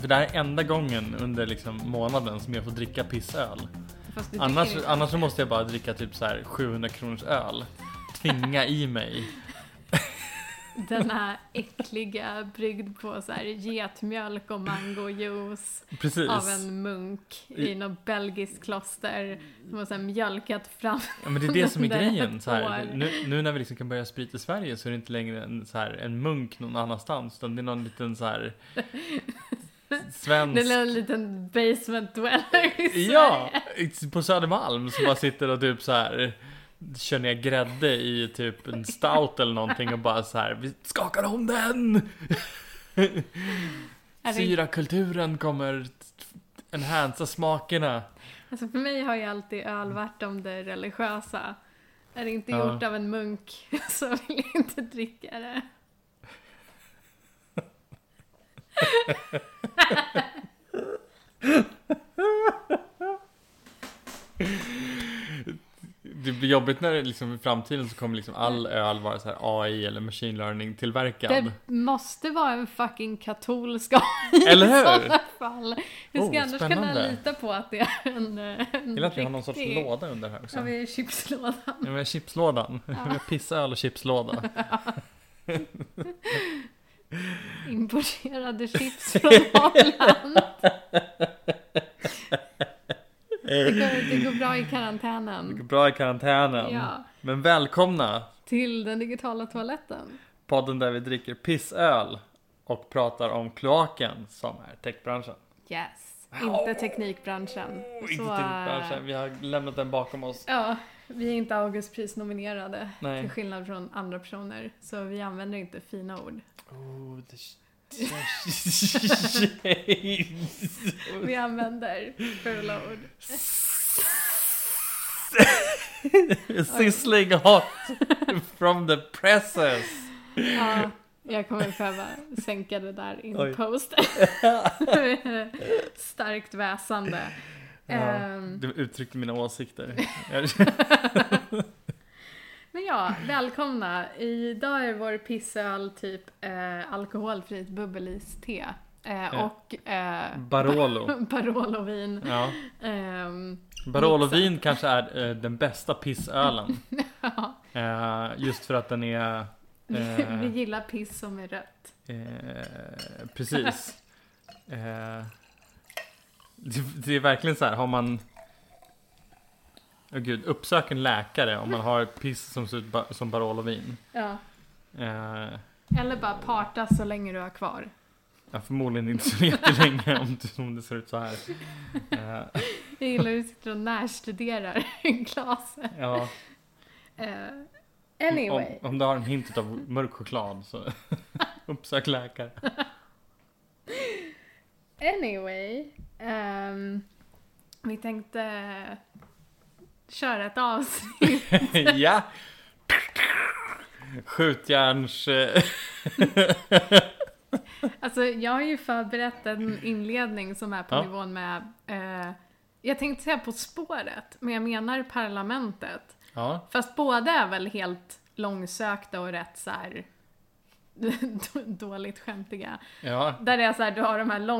det här är enda gången under liksom månaden som jag får dricka pissöl. Annars så måste jag bara dricka typ så här 700 kronors öl. Tvinga i mig. Den här äckliga bryggd på så här getmjölk och mangojuice. Precis. Av en munk i något belgiskt kloster som har så här mjölkat fram. Ja, men det är det som är grejen. Så här, nu när vi liksom kan börja sprita i Sverige så är det inte längre en munk någon annanstans. Utan det är någon liten så här svensk... Det är en liten basement dweller i Sverige. Ja, på Södermalm som bara sitter och typ så här kör ner grädde i typ en stout eller någonting och bara så här, vi skakar om den! Syrakulturen kommer enhansa smakerna. Alltså för mig har ju alltid öl varit om det religiösa. Är det inte gjort av en munk så vill jag inte dricka det. Det blir jobbigt när det liksom i framtiden så kommer liksom all öl vara så här AI eller machine learning tillverkad. Det måste vara en fucking katolsk AI. Eller hur? I sådana fall. Hur ska annars spännande. kunna lita på att det är en Eller att vi har någon sorts låda under här också. Ja, vi är chipslådan. Ja, vi har chipslådan. Vi har pissöl och chipslåda. Importerade chips från Holland. Det går bra i karantänen. Det går bra i karantänen. Ja. Men välkomna till den digitala toaletten. Podden där vi dricker pissöl och pratar om kloaken som är techbranschen. Yes, inte teknikbranschen. Inte teknikbranschen, vi har lämnat den bakom oss. Ja, vi är inte Augustpris-nominerade. Nej. Till skillnad från andra personer. Så vi använder inte fina ord. Vi använder fula ord. Sizzling hot from the presses. Ja, jag kommer behöva sänka det där in post. Starkt väsande. Du uttryckte mina åsikter. Men ja, välkomna. Idag är vår pissöl typ alkoholfritt bubbeliste. Och Barolo-vin. Ja. Barolo-vin kanske är den bästa pissölen. Ja. Just för att den är... Vi gillar piss som är rött. Precis. Det är verkligen så här, har man... uppsök en läkare om man har piss som ser ut som Barolo-vin. Ja. Eller bara parta så länge du har kvar. Ja, förmodligen inte så jättelänge om det ser ut så här. Jag gillar att du sitter och närstuderar glaset. Ja. Anyway. Om du har en hint av mörk choklad så uppsök läkare. Anyway. Vi tänkte köra ett avsnitt. Ja. Skjutjärns... Alltså jag har ju förberett en inledning som är på nivån med jag tänkte säga På spåret, men jag menar Parlamentet. Ja. Fast båda är väl helt långsökta och rätt så här dåligt skämtiga. Ja. Där det är så här, du har de här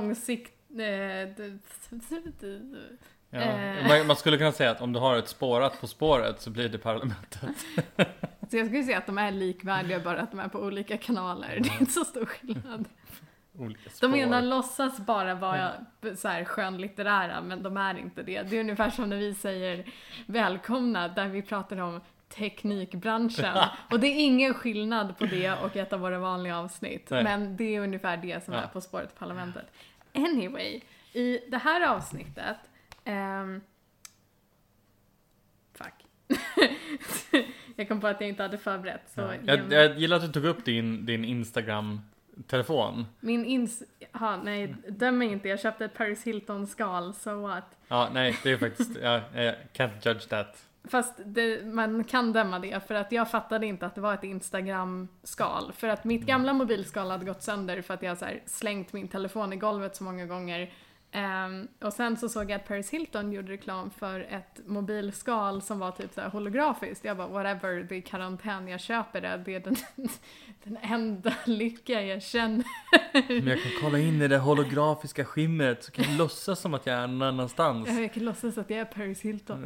Man skulle kunna säga att om du har ett spårat På spåret så blir det Parlamentet. Så jag skulle säga att de är likvärdiga, bara att de är på olika kanaler. Det är inte så stor skillnad. De ena låtsas bara vara så här skönlitterära, men de är inte det. Det är ungefär som när vi säger välkomna, där vi pratar om teknikbranschen. Och det är ingen skillnad på det och ett av våra vanliga avsnitt. Nej. Men det är ungefär det som är På spåret Parlamentet. Anyway, i det här avsnittet jag kom på att jag inte hade förberett. Så jag gillar att du tog upp din Instagram-telefon. Nej, döm inte. Jag köpte ett Paris Hilton-skal, so what? Ja, nej, det är faktiskt... jag can't judge that. Fast man kan döma det, för att jag fattade inte att det var ett Instagram-skal. För att mitt gamla mobilskal hade gått sönder för att jag så här slängt min telefon i golvet så många gånger. Och sen så såg jag att Paris Hilton gjorde reklam för ett mobilskal som var typ så här holografiskt. Jag bara, whatever, det är karantän, jag köper det. Det är den enda lycka jag känner. Men jag kan kolla in i det holografiska skimret så kan jag låtsas som att jag är någon annanstans. Ja, jag kan låtsas att jag är Paris Hilton.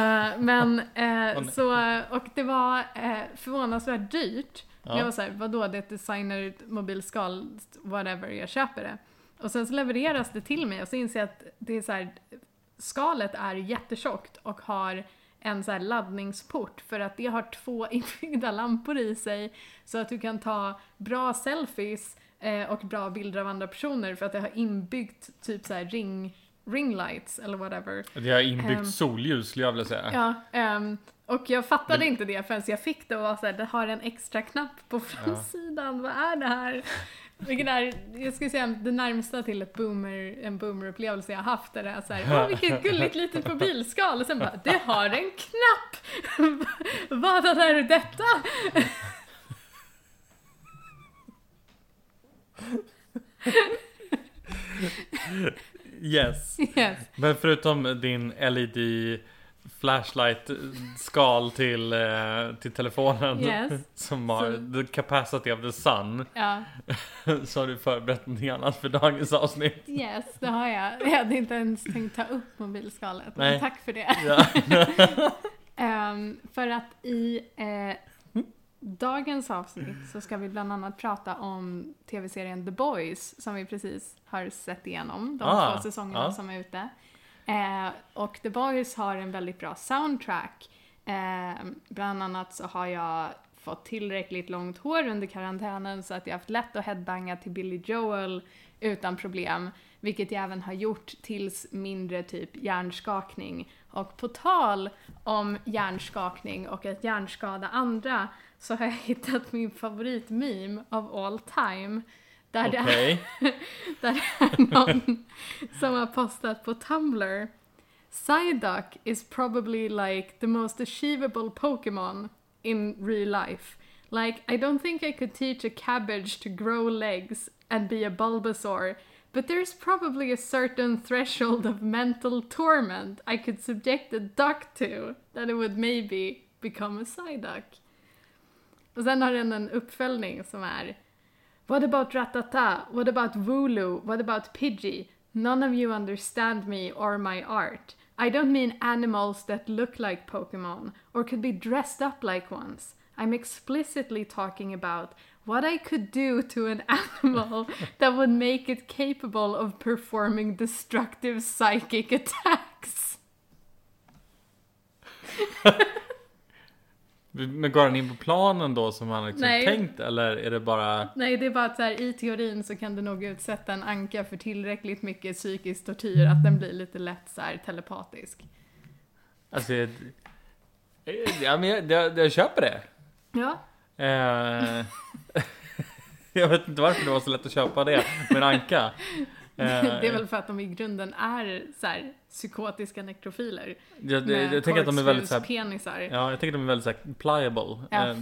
Och det var förvånansvärt dyrt. Ja. Jag var såhär, vadå, det är ett designer mobilskal, whatever, jag köper det. Och sen så levereras det till mig och så inser jag att det är så här, skalet är jättetjockt och har en så här laddningsport för att det har 2 inbyggda lampor i sig så att du kan ta bra selfies och bra bilder av andra personer för att det har inbyggt typ så här ring lights eller whatever. Det har inbyggt solljus skulle jag vilja säga. Ja, och jag fattade inte det förrän jag fick det och var så här, det har en extra knapp på framsidan, vad är det här? Vilken är, jag skulle säga det närmsta till en boomer-upplevelse jag har haft där det är så här, vilket gulligt litet mobilskal och sen bara, det har en knapp! Vad är detta? Yes. Men förutom din LED flashlight skal till telefonen som har the capacity of the sun. Ja. Så har du förberett någonting annat för dagens avsnitt. Yes, det har jag. Jag hade inte ens tänkt ta upp mobilskalet. Men tack för det. Ja. För att i dagens avsnitt så ska vi bland annat prata om tv-serien The Boys som vi precis har sett igenom. De 2 säsongerna som är ute. Och The Boys har en väldigt bra soundtrack. Bland annat så har jag fått tillräckligt långt hår under karantänen så att jag haft lätt att headbanga till Billy Joel utan problem. Vilket jag även har gjort tills mindre typ hjärnskakning. Och på tal om hjärnskakning och att hjärnskada andra så har jag hittat min favoritmeme of all time. Där det är någon som har postat på Tumblr. Psyduck is probably like the most achievable Pokemon in real life. Like, I don't think I could teach a cabbage to grow legs and be a Bulbasaur, but there's probably a certain threshold of mental torment I could subject a duck to that it would maybe become a Psyduck. Och sen har den en uppföljning som är: What about Rattata? What about Wooloo? What about Pidgey? None of you understand me or my art. I don't mean animals that look like Pokemon or could be dressed up like ones. I'm explicitly talking about what I could do to an animal that would make it capable of performing destructive psychic attacks. Men går han in på planen då som han liksom tänkt eller är det bara... Nej, det är bara att så här, i teorin så kan du nog utsätta en anka för tillräckligt mycket psykisk tortyr att den blir lite lätt så här telepatisk. Alltså, ja, men jag köper det. Ja. Jag vet inte varför det var så lätt att köpa det med en anka. Det är väl för att de i grunden är så här psykotiska nekrofiler. Jag tänker att de är väldigt så här, penisar. Ja, jag tänker att de är väldigt så här pliable. Ja.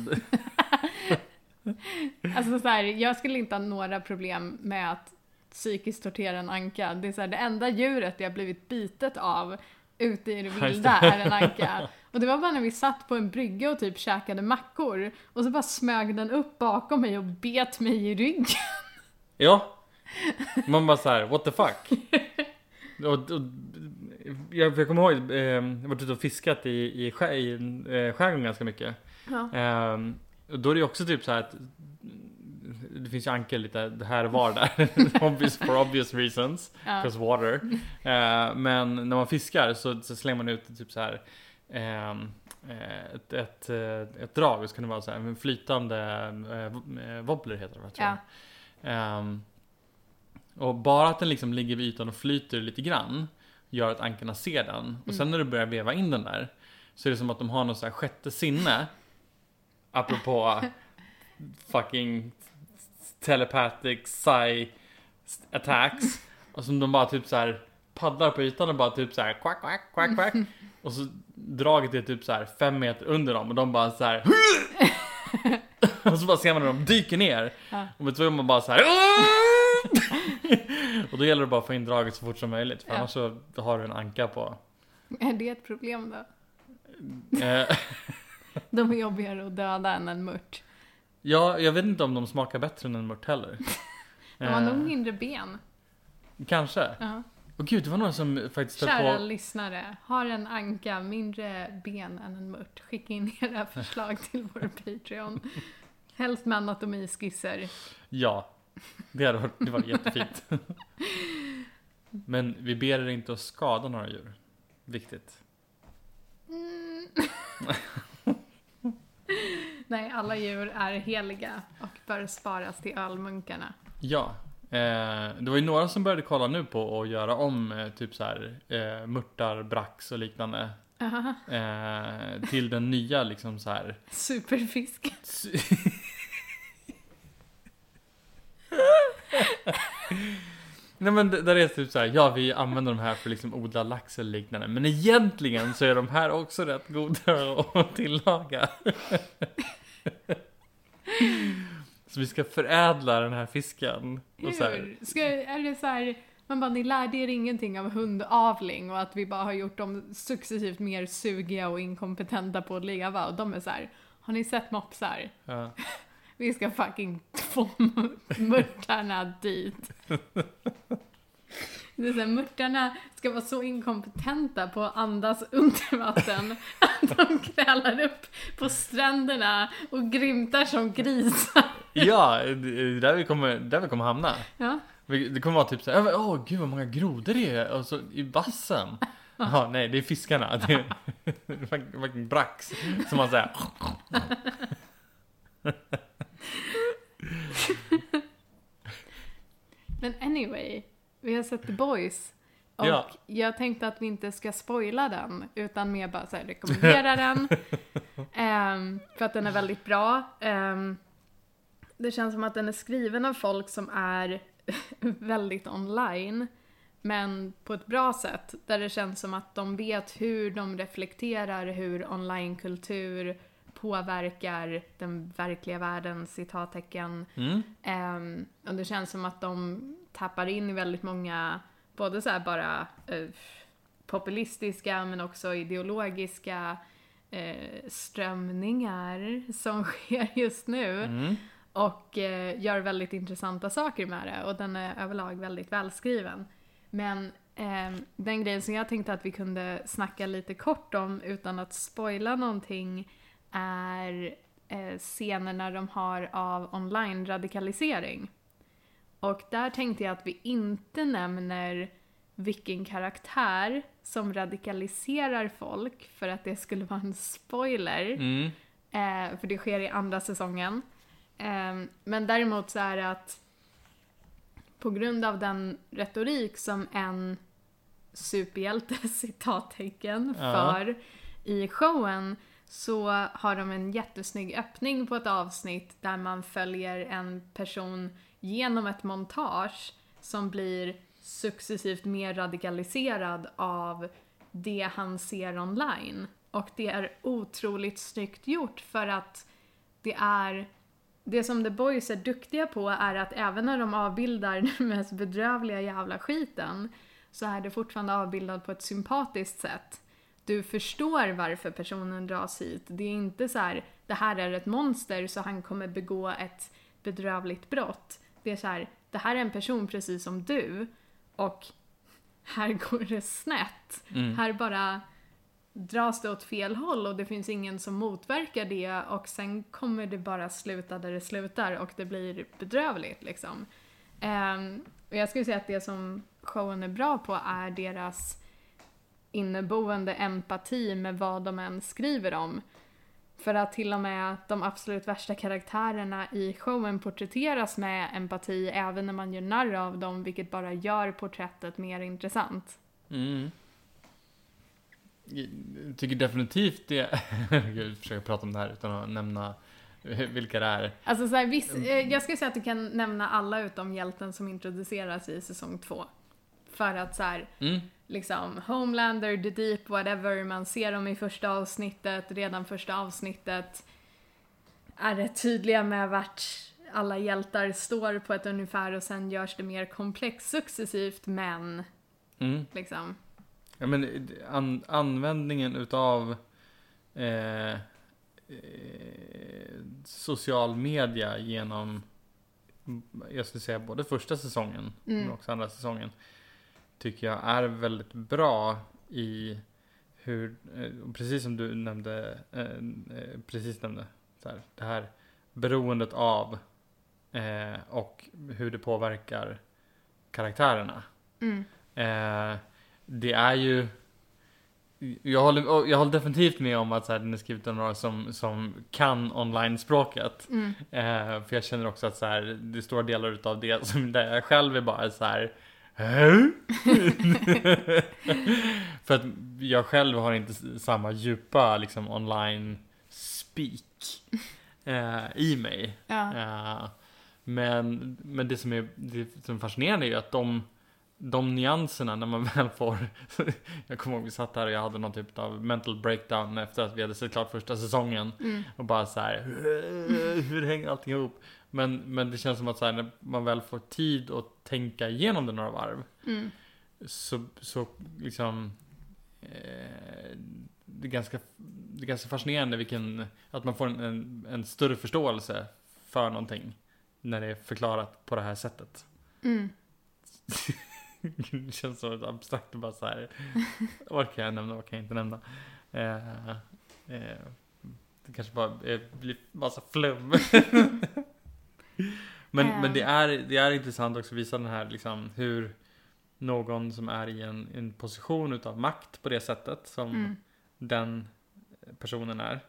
Alltså så här, jag skulle inte ha några problem med att psykiskt tortera en anka. Det är så här, det enda djuret jag blivit bitet av ute i det vilda är en anka. Och det var bara när vi satt på en brygga och typ käkade mackor och så bara smög den upp bakom mig och bet mig i ryggen. Ja. Man bara såhär, what the fuck? Jag kommer ihåg, jag var ute och fiskat i skärgården ganska mycket. Ja. Och då är det också typ så här att det finns ju ankor lite här och var där. For obvious reasons. Because water. Men när man fiskar så slänger man ut typ så här ett drag. Så kan det vara så här en flytande wobbler heter det, tror jag. Och bara att den liksom ligger vid ytan och flyter lite grann gör att ankarna ser den. Och sen när du börjar veva in den där så är det som att de har något så här sjätte sinne. Apropå fucking telepathic psi attacks. Och som de bara typ så här paddlar på ytan och bara typ så här quack, quack, quack, quack. Och så draget är typ så här 5 meter under dem och de bara så här och så bara ser man när de dyker ner. Och vet du vad, man bara så här Och då gäller det bara att få in draget så fort som möjligt. För annars så har du en anka på. Är det ett problem då? De är jobbigare att döda än en mört. Ja, jag vet inte om de smakar bättre än en mört heller. De har nog mindre ben. Kanske. Och gud, det var någon som faktiskt Kära lyssnare, har en anka mindre ben än en mört? Skicka in era förslag till vår Patreon. Helst med anatomiskisser. Ja, det var jättefint. Men vi ber er inte att skada några djur. Viktigt. Nej, alla djur är heliga och bör sparas till ölmunkarna. Ja, det var ju några som började kolla nu på att göra om typ så här mörtar, brax och liknande. Till den nya liksom så här superfisk. Nej, men där är typ så här, ja, vi använder de här för liksom odla lax eller liknande, men egentligen så är de här också rätt goda att tillaga. Så vi ska förädla den här fisken. Och så här. Är det så här, man bara, ni lärde er ingenting av hundavling och att vi bara har gjort dem successivt mer sugiga och inkompetenta på att leva, och de är så här, har ni sett mopsar? Ja. Vi ska fucking få mörtarna dit. Det är så här, mörtarna ska vara så inkompetenta på att andas under vatten att de krälar upp på stränderna och grymtar som grisar. Ja, där vi kommer hamna. Ja. Det kommer vara typ så här, åh gud vad många grodor det är och så, i vassen. Jaha, nej, det är fiskarna. Det är brax som man säger. Men anyway, vi har sett The Boys. Och jag tänkte att vi inte ska spoila den, utan mer bara så här, rekommendera den. För att den är väldigt bra. Det känns som att den är skriven av folk som är väldigt online, men på ett bra sätt. Där det känns som att de vet hur de reflekterar hur onlinekultur påverkar den verkliga världen, citattecken. Och det känns som att de tappar in i väldigt många, både så här bara populistiska men också ideologiska strömningar som sker just nu. Och gör väldigt intressanta saker med det. Och den är överlag väldigt välskriven. Men den grejen som jag tänkte att vi kunde snacka lite kort om utan att spoila någonting är scenerna de har av online-radikalisering. Och där tänkte jag att vi inte nämner vilken karaktär som radikaliserar folk, för att det skulle vara en spoiler. För det sker i andra säsongen. Men däremot så är det att på grund av den retorik som en superhjälte, citattecken, för i showen, så har de en jättesnygg öppning på ett avsnitt där man följer en person genom ett montage som blir successivt mer radikaliserad av det han ser online. Och det är otroligt snyggt gjort, för att det som The Boys är duktiga på är att även när de avbildar den mest bedrövliga jävla skiten, så är det fortfarande avbildat på ett sympatiskt sätt. Du förstår varför personen dras hit. Det är inte så här, det här är ett monster så han kommer begå ett bedrövligt brott. Det är så här, det här är en person precis som du, och här går det snett. Här bara dras det åt fel håll och det finns ingen som motverkar det, och sen kommer det bara sluta där det slutar och det blir bedrövligt liksom. Och jag skulle säga att det som showen är bra på är deras inneboende empati med vad de än skriver om. För att till och med de absolut värsta karaktärerna i showen porträtteras med empati även när man gör narr av dem, vilket bara gör porträttet mer intressant. Jag tycker definitivt det. Jag försöker prata om det här utan att nämna vilka det är. Alltså så här, jag skulle säga att du kan nämna alla utom hjälten som introduceras i säsong 2. För att så här, liksom Homelander, The Deep, whatever, man ser dem i redan första avsnittet är rätt tydliga med vart alla hjältar står på ett ungefär och sen görs det mer komplext successivt, men liksom. Ja, men användningen utav social media genom, jag skulle säga både första säsongen men också andra säsongen, tycker jag är väldigt bra i hur, precis som du nämnde, så här, det här beroendet av och hur det påverkar karaktärerna. Det är ju, jag håller definitivt med om att så här, den är skrivet av några som kan online-språket. För jag känner också att så här, det är stora delar utav det som där jag själv är bara så här. För att jag själv har inte samma djupa liksom online speak i mig. Men det som är fascinerande är ju att de nyanserna när man väl får jag kommer ihåg vi satt här och jag hade någon typ av mental breakdown efter att vi hade sett klart första säsongen och bara så här, hur hänger allting ihop? Men det känns som att så här, när man väl får tid att tänka igenom det några varv så liksom det är ganska fascinerande att man får en större förståelse för någonting när det är förklarat på det här sättet. Det känns så abstrakt och bara så här. Vad kan jag nämna, vad kan jag inte nämna? Det kanske bara blir massa flum. Men det är intressant också att visa den här liksom, hur någon som är i en position utav makt på det sättet som den personen är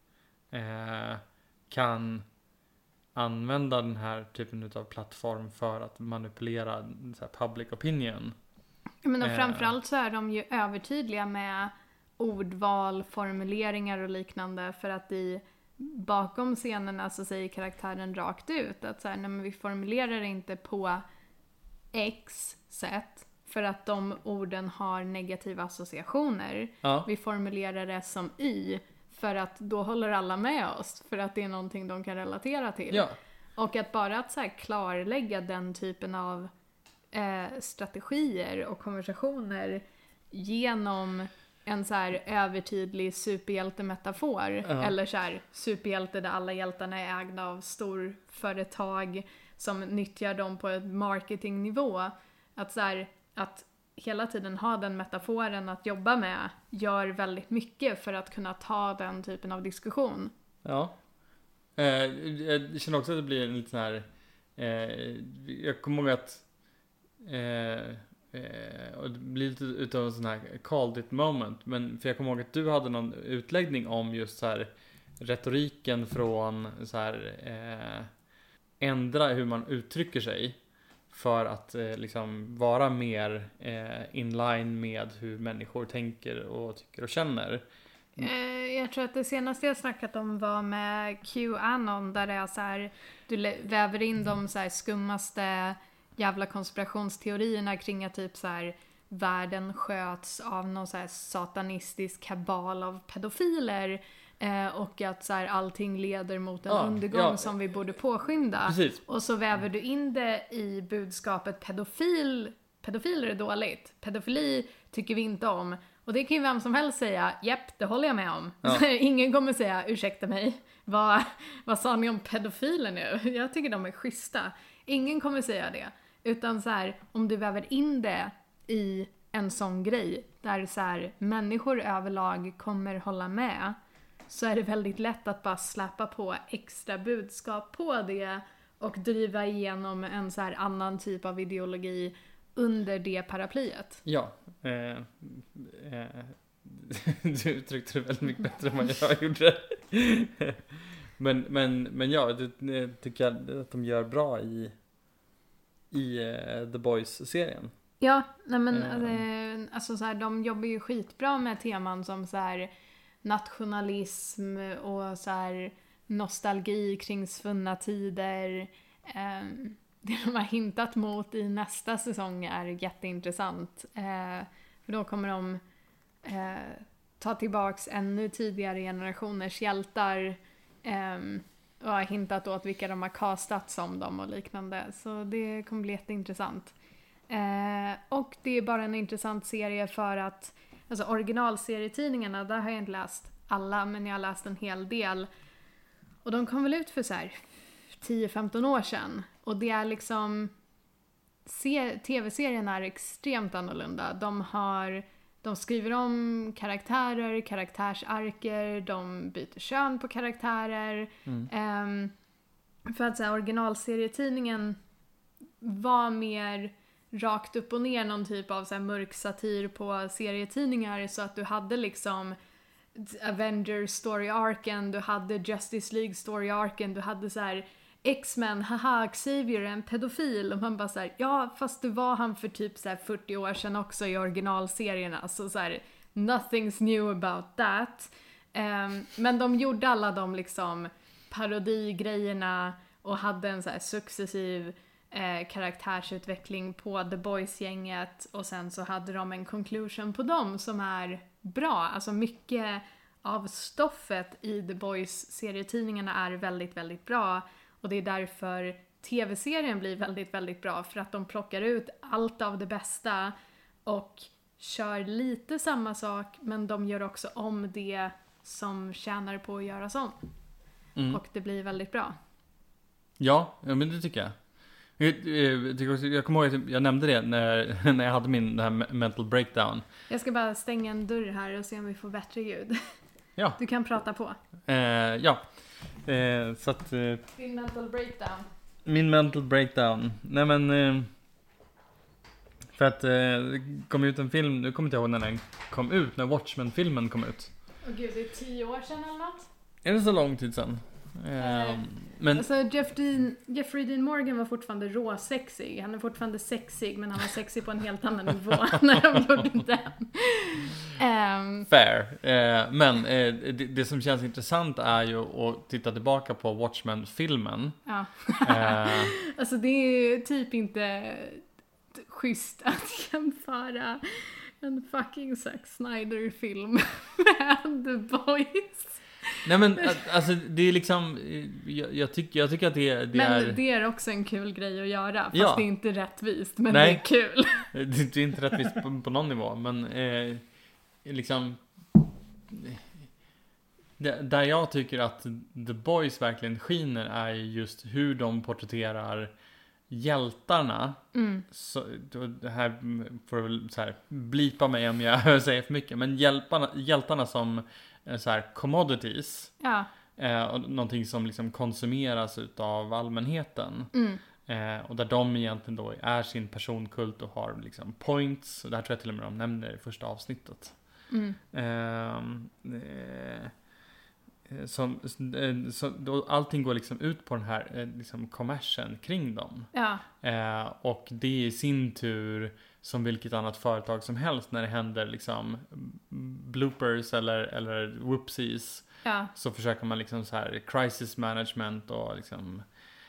kan använda den här typen utav plattform för att manipulera så här, public opinion. Men framförallt så är de ju övertydliga med ordval, formuleringar och liknande, för att bakom scenerna så säger karaktären rakt ut att så här, nej, men vi formulerar inte på X sätt för att de orden har negativa associationer. Vi formulerar det som Y för att då håller alla med oss, för att det är någonting de kan relatera till. Och att bara så här klarlägga den typen av strategier och konversationer genom en så här övertydlig superhjältemetafor eller så här superhjälte där alla hjältarna är ägda av storföretag som nyttjar dem på ett marketingnivå, att så här, att hela tiden ha den metaforen att jobba med gör väldigt mycket för att kunna ta den typen av diskussion. Ja. Jag känner också att det blir en lite sån här jag kommer ihåg att och det blir lite utav en sån här called it moment, men för jag kommer ihåg att du hade någon utläggning om just så här retoriken från så här ändra hur man uttrycker sig för att liksom vara mer inline med hur människor tänker och tycker och känner. Jag tror att det senaste jag snackat om var med QAnon, där det är så här, du väver in de så här skummaste jävla konspirationsteorierna kring att typ så här världen sköts av någon så här satanistisk kabal av pedofiler och att så här allting leder mot en undergång som vi borde påskynda. Precis. Och så väver du in det i budskapet pedofiler är dåligt. Pedofili tycker vi inte om. Och det kan ju vem som helst säga, japp, det håller jag med om. Ingen kommer säga, ursäkta mig, vad sa ni om pedofiler nu? Jag tycker de är schyssta. Ingen kommer säga det. Utan så här, om du väver in det i en sån grej där så här, människor överlag kommer hålla med, så är det väldigt lätt att bara släppa på extra budskap på det och driva igenom en så här annan typ av ideologi under det paraplyet. Ja. Du uttryckte det väldigt mycket bättre än vad jag gjorde. men ja, det tycker jag att de gör bra i The Boys-serien. Ja, nej men alltså så här, de jobbar ju skitbra med teman som så här nationalism och så här nostalgi kring svunna tider. Det de har hintat mot i nästa säsong är jätteintressant. För då kommer de ta tillbaks ännu tidigare generationers hjältar och har hintat åt vilka de har castat som dem och liknande. Så det kommer bli jätteintressant. Och det är bara en intressant serie för att alltså originalserietidningarna, där har jag inte läst alla, men jag har läst en hel del. Och de kom väl ut för så här 10-15 år sedan. Och det är liksom tv-serien är extremt annorlunda. De skriver om karaktärer, karaktärsarker, de byter kön på karaktärer. För att så här, originalserietidningen var mer rakt upp och ner någon typ av så här mörk satir på serietidningar, så att du hade liksom Avengers story-arken, du hade Justice League story-arken, du hade så här X-Men, haha, Xavier är en pedofil, och man bara så här, ja fast det var han för typ så här 40 år sedan också i originalserierna, så här, nothing's new about that. Men de gjorde alla de liksom parodigrejerna och hade en så här successiv karaktärsutveckling på The Boys-gänget, och sen så hade de en conclusion på dem som är bra. Alltså mycket av stoffet i The Boys-serietidningarna är väldigt, väldigt bra, och det är därför tv-serien blir väldigt, väldigt bra, för att de plockar ut allt av det bästa och kör lite samma sak, men de gör också om det som tjänar på att göras om. Och det blir väldigt bra. Ja, men det tycker jag. Jag kommer ihåg att jag nämnde det när jag hade min det här mental breakdown. Jag ska bara stänga en dörr här och se om vi får bättre ljud. Ja. Du kan prata på. Ja. Så att... Din mental breakdown. Min mental breakdown. Nej men... För att det kom ut en film, nu kommer inte jag ihåg när den kom ut, när Watchmen-filmen kom ut. Åh gud, det är 10 år sedan eller något? Är det så lång tid sedan? Men... Alltså Jeffrey Dean Morgan var fortfarande råsexig. Han är fortfarande sexig, men han var sexig på en helt annan nivå när de gjorde den. Fair. Men det som känns intressant är ju att titta tillbaka på Watchmen-filmen. Ja. Alltså det är typ inte schysst att jämföra en fucking Zack Snyder-film med The Boys. Nej men alltså det är liksom jag tycker att det är... Men det är också en kul grej att göra, fast ja. Det är inte rättvist, men nej. Det är kul. Det är inte rättvist på någon nivå, men liksom där jag tycker att The Boys verkligen skiner är just hur de porträtterar hjältarna. Så det här får väl så här blipa mig om jag säger för mycket, men hjältarna som så här commodities. Ja. Och någonting som liksom konsumeras utav allmänheten. Och där de egentligen då är sin personkult och har liksom points. Och det här tror jag till och med de nämner i första avsnittet. Så då allting går liksom ut på den här liksom kommersen kring dem. Ja. Och det i sin tur, som vilket annat företag som helst, när det händer liksom bloopers eller whoopsies, ja. Så försöker man liksom så här crisis management och liksom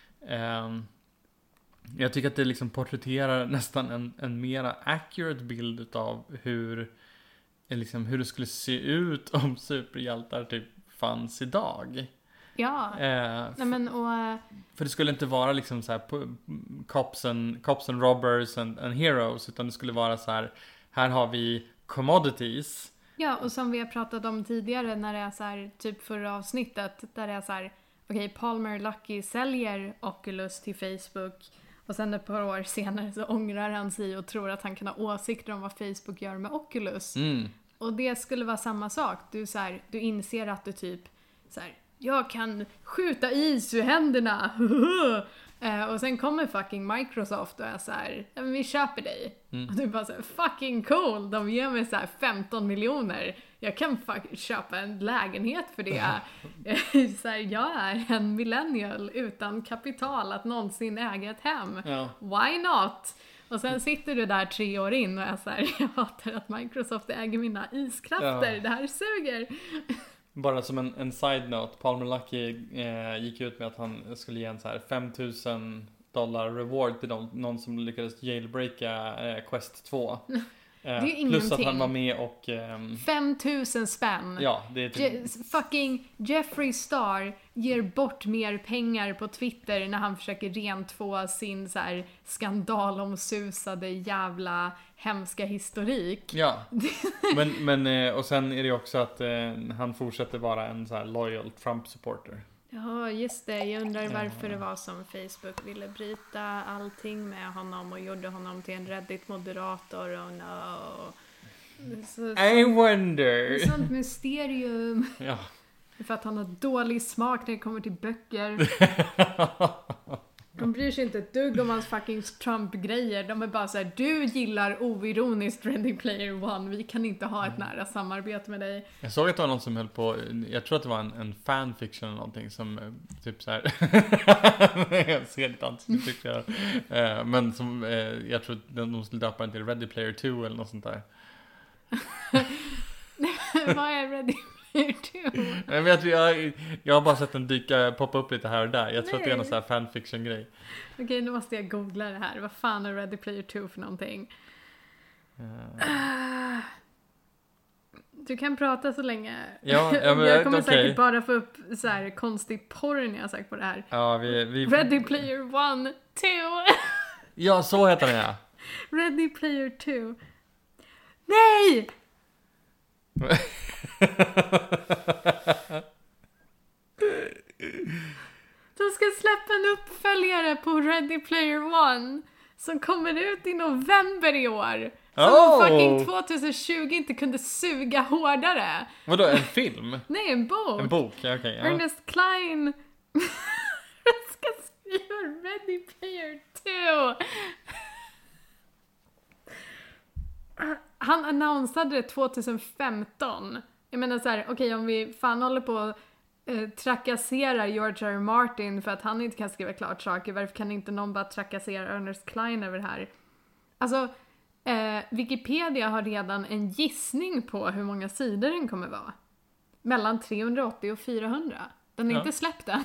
jag tycker att det liksom porträtterar nästan en mera accurate bild utav hur det skulle se ut om superhjältar typ fanns idag. Ja. Nej, men, för det skulle inte vara liksom så här cops and robbers and heroes, utan det skulle vara så här har vi commodities. Ja, och som vi har pratat om tidigare när det är så här, typ förra avsnittet, där det är så här, okej, Palmer Luckey säljer Oculus till Facebook, och sen ett par år senare så ångrar han sig och tror att han kan ha åsikter om vad Facebook gör med Oculus. Och det skulle vara samma sak. Du inser att du typ så här, jag kan skjuta is ur händerna. Och sen kommer fucking Microsoft och är så här, men vi köper dig. Och du bara så här, fucking cool. De ger mig så här 15 miljoner. Jag kan köpa en lägenhet för det. Så här, jag är en millennial utan kapital att någonsin äga ett hem. Ja. Why not? Och sen sitter du där 3 år in och är så här, jag hatar att Microsoft äger mina iskrafter. Det här suger. Bara som en side note, Palmer Luckey gick ut med att han skulle ge en så här $5,000 reward till någon som lyckades jailbreaka Quest 2. Det är ju ingenting. Plus att han var med och... 5,000 spänn. Ja, det är typ... Fucking Jeffree Star ger bort mer pengar på Twitter när han försöker rentvå sin så här skandalomsusade jävla hemska historik. Ja, men och sen är det också att han fortsätter vara en så här loyal Trump-supporter. Ja, just det. Jag undrar varför det var som Facebook ville bryta allting med honom och gjorde honom till en Reddit-moderator. Oh no. I wonder. Sånt mysterium. Ja. För att han har dålig smak när det kommer till böcker. De bryr sig inte ett dugg om hans fucking Trump-grejer. De är bara så här: du gillar oironiskt Ready Player One. Vi kan inte ha ett nära samarbete med dig. Jag såg att det var någon som höll på, jag tror att det var en fanfiction eller någonting som typ så här. Jag ser lite ansiktet tycker jag. Men som, jag tror att de skulle döpa den till Ready Player 2 eller något sånt där. Vad är Ready jag har bara sett den poppa upp lite här och där. Jag tror att det är någon sån här fanfiction-grej. Okej, nu måste jag googla det här. Vad fan är Ready Player 2 för någonting? Du kan prata så länge. Ja, men, jag kommer säkert bara få upp så här konstig porr när jag sagt på det här. Ja, Ready Player 1, 2. Ja, så heter den ja. Ready Player 2. Nej! De ska släppa en uppföljare på Ready Player 1 som kommer ut i november i år. Som fucking 2020 inte kunde suga hårdare. Vadå, en film? Nej, en bok. En bok, ja, okej. Ja. Ernest Cline ska skriva Ready Player 2. Han annonsade det 2015. Jag menar så här, okej, om vi fan håller på trakasserar George R. R. Martin för att han inte kan skriva klart saker, varför kan inte någon bara trakassera Ernest Cline över det här? Alltså, Wikipedia har redan en gissning på hur många sidor den kommer vara. Mellan 380 och 400. Den är inte släppt än.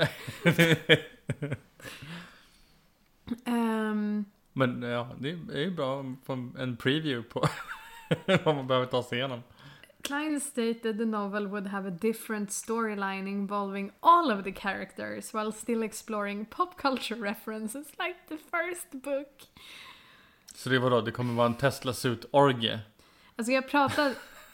Men ja, det är ju bra att få en preview på vad man behöver ta sig igenom. Klein stated the novel would have a different storyline involving all of the characters while still exploring pop culture references like the first book. Så det var då, det kommer vara en Tesla-suit-orgie. Alltså jag pratar...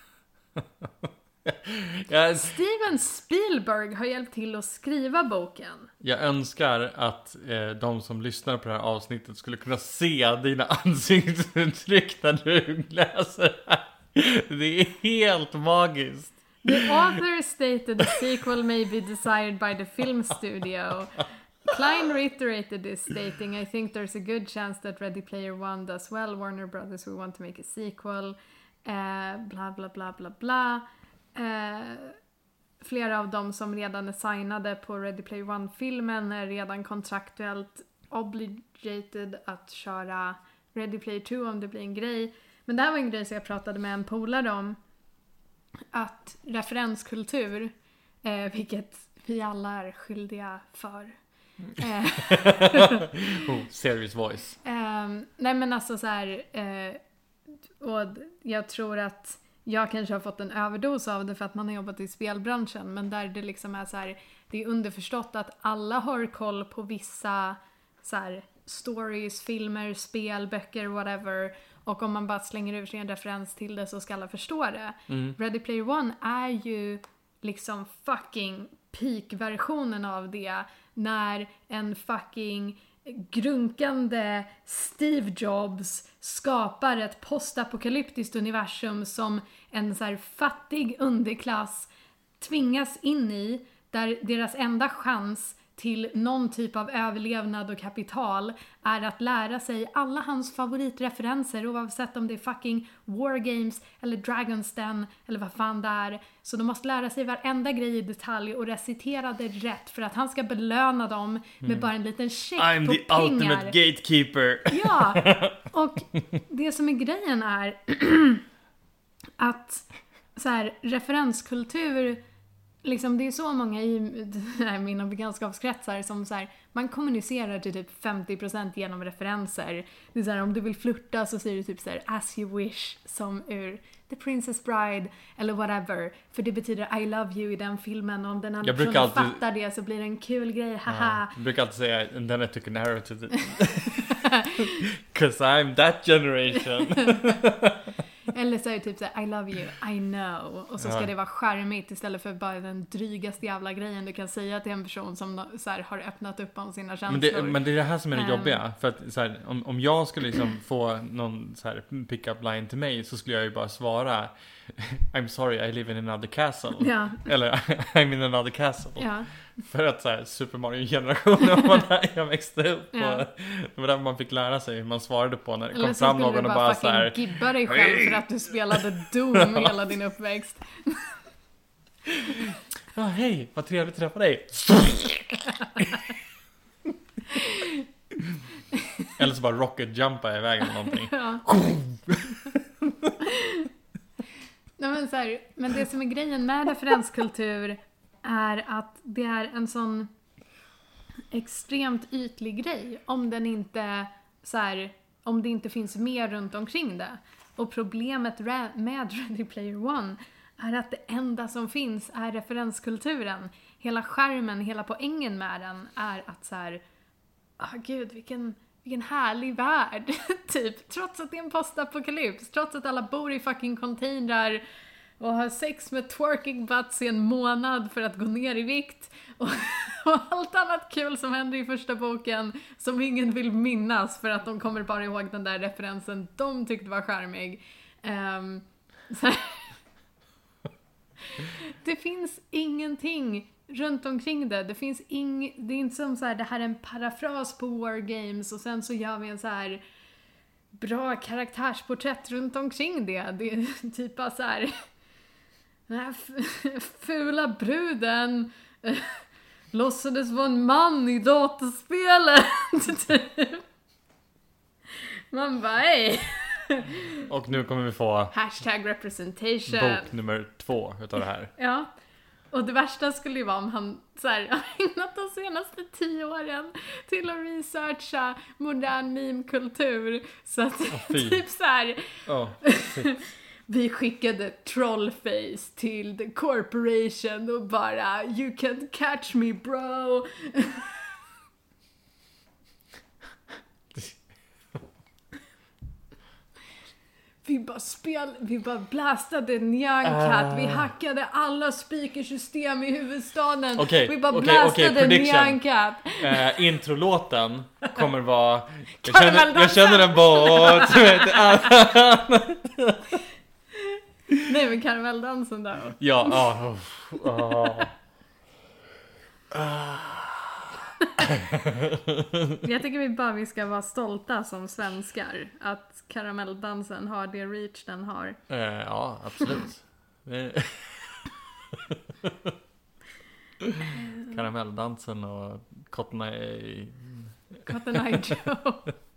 Steven Spielberg har hjälpt till att skriva boken. Jag önskar att de som lyssnar på det här avsnittet skulle kunna se dina ansiktsuttryck när du läser det här. Det är helt magiskt. The author stated the sequel may be desired by the film studio. Klein reiterated this, stating, I think there's a good chance that Ready Player One does well. Warner Brothers will want to make a sequel. Bla bla bla bla bla. Flera av dem som redan är signade på Ready Player One-filmen är redan kontraktuellt obligated att köra Ready Player 2 om det blir en grej. Men det här var en grej som jag pratade med en polare om. Att referenskultur, vilket vi alla är skyldiga för. Serious voice. Nej men alltså så här, och jag tror att jag kanske har fått en överdos av det för att man har jobbat i spelbranschen, men där det liksom är så här, det är underförstått att alla har koll på vissa så här stories, filmer, spel, böcker, whatever, och om man bara slänger ur sig en referens till det så ska alla förstå det. Ready Player One är ju liksom fucking peak-versionen av det, när en fucking grunkande Steve Jobs skapar ett postapokalyptiskt universum som en så här fattig underklass tvingas in i, där deras enda chans till någon typ av överlevnad och kapital är att lära sig alla hans favoritreferenser, oavsett om det är fucking War Games eller Dragon's Den eller vad fan det är. Så de måste lära sig varenda grej i detalj och recitera det rätt för att han ska belöna dem med bara en liten check på pengar. I'm the ultimate gatekeeper. Ja, och det som är grejen är att så här, referenskultur liksom det är så många i mina bekantskapskretsar som så här, man kommunicerar till typ 50% genom referenser. Det är så här, om du vill flirta så säger du typ så här, as you wish, som ur The Princess Bride eller whatever, för det betyder I love you i den filmen, och om den andra personen fattar det så blir det en kul grej, haha. Jag brukar alltid säga, and then I took an arrow to the... 'Cause I'm that generation. Eller så är det typ så här, I love you, I know. Och så ska det vara charmigt istället för bara den drygaste jävla grejen du kan säga till en person som så här, har öppnat upp om sina känslor. Men det är det här som är det jobbiga. För att så här, om jag skulle liksom få någon så här pick-up line till mig, så skulle jag ju bara svara I'm sorry, I live in another castle. Ja. Eller I'm in another castle. Ja. För att så här, Super Mario-generationen jag växte upp på, det var där man fick lära sig hur man svarade på när det kom fram någon och bara så här. Eller så skulle du bara gibba dig själv för att du spelade Doom hela din uppväxt. Ja, hej, vad trevligt att träffa dig. Eller så bara rocket jumpa iväg eller någonting. Ja. Nej, men, så här, men det som är grejen med referenskultur är att det är en sån extremt ytlig grej om den inte så här, om det inte finns mer runt omkring det. Och problemet med Ready Player One är att det enda som finns är referenskulturen. Hela skärmen, hela poängen med den är att så här, gud, vilken härlig värld. Typ, trots att det är en postapokalyps, trots att alla bor i fucking containrar och har sex med twerking butts i en månad för att gå ner i vikt och allt annat kul som händer i första boken som ingen vill minnas för att de kommer bara ihåg den där referensen de tyckte var charmig. Det finns ingenting runt omkring det. Det finns det är inte som så här, det här är en parafras på War Games och sen så gör vi en så här bra karaktärsporträtt runt omkring det. Det är typ bara så här, den här fula bruden låtsades vara en man i datorspelet. Man bara, hej. Och nu kommer vi få #representation. bok nummer 2 utav det här. Ja. Och det värsta skulle ju vara om han så här, har ägnat de senaste 10 åren till att researcha modern meme-kultur. Så att typ så här, vi skickade trollface till the corporation och bara you can't catch me bro. Vi bara blastade Nyan-Cat. Vi hackade alla speakersystem i huvudstaden. Vi bara blastade Nyan-Cat. Introlåten kommer vara jag känner en båt. Nej, men karamelldansen då. Ja, Jag tycker vi ska vara stolta som svenskar att karamelldansen har det reach den har. Ja, absolut. Karamelldansen och Cotton Eye Joe.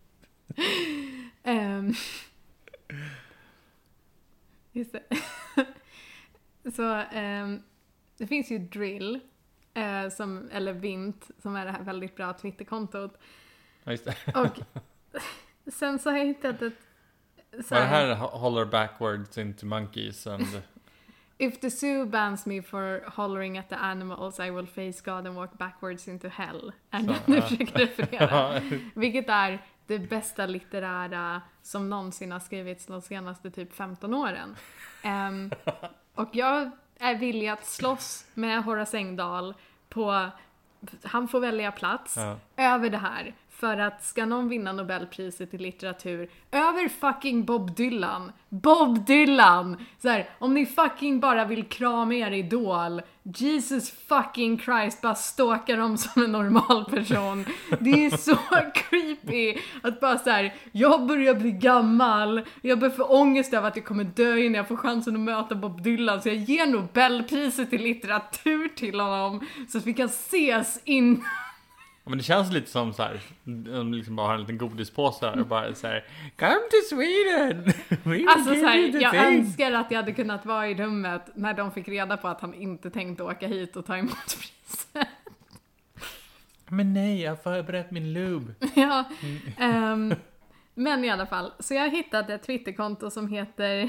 Just det. Så det finns ju Drill eller Vint som är det här väldigt bra Twitterkontot. Ja, just det. Och sen så har jag hittat ett var det här holler backwards into monkeys and if the zoo bans me for hollering at the animals I will face God and walk backwards into hell. And nu försöker referera. Vilket är det bästa litterära som någonsin har skrivits de senaste typ 15 åren. Och jag är villig att slåss med Horace Engdahl på, han får välja plats över det här. För att ska någon vinna Nobelpriset i litteratur över fucking Bob Dylan! Så här, om ni fucking bara vill krama er idol, Jesus fucking Christ, bara stalka dem som en normal person. Det är så creepy att bara så här, jag börjar bli gammal, jag börjar få ångest av att jag kommer dö innan jag får chansen att möta Bob Dylan, så jag ger Nobelpriset i litteratur till honom så att vi kan ses in men det känns lite som så här, de liksom bara har en liten godispåse och bara så här, come to Sweden! Alltså så här, jag önskar att jag hade kunnat vara i rummet när de fick reda på att han inte tänkte åka hit och ta emot priset. Men nej, jag har förberett min lube. Ja, men i alla fall. Så jag har hittat ett Twitterkonto som heter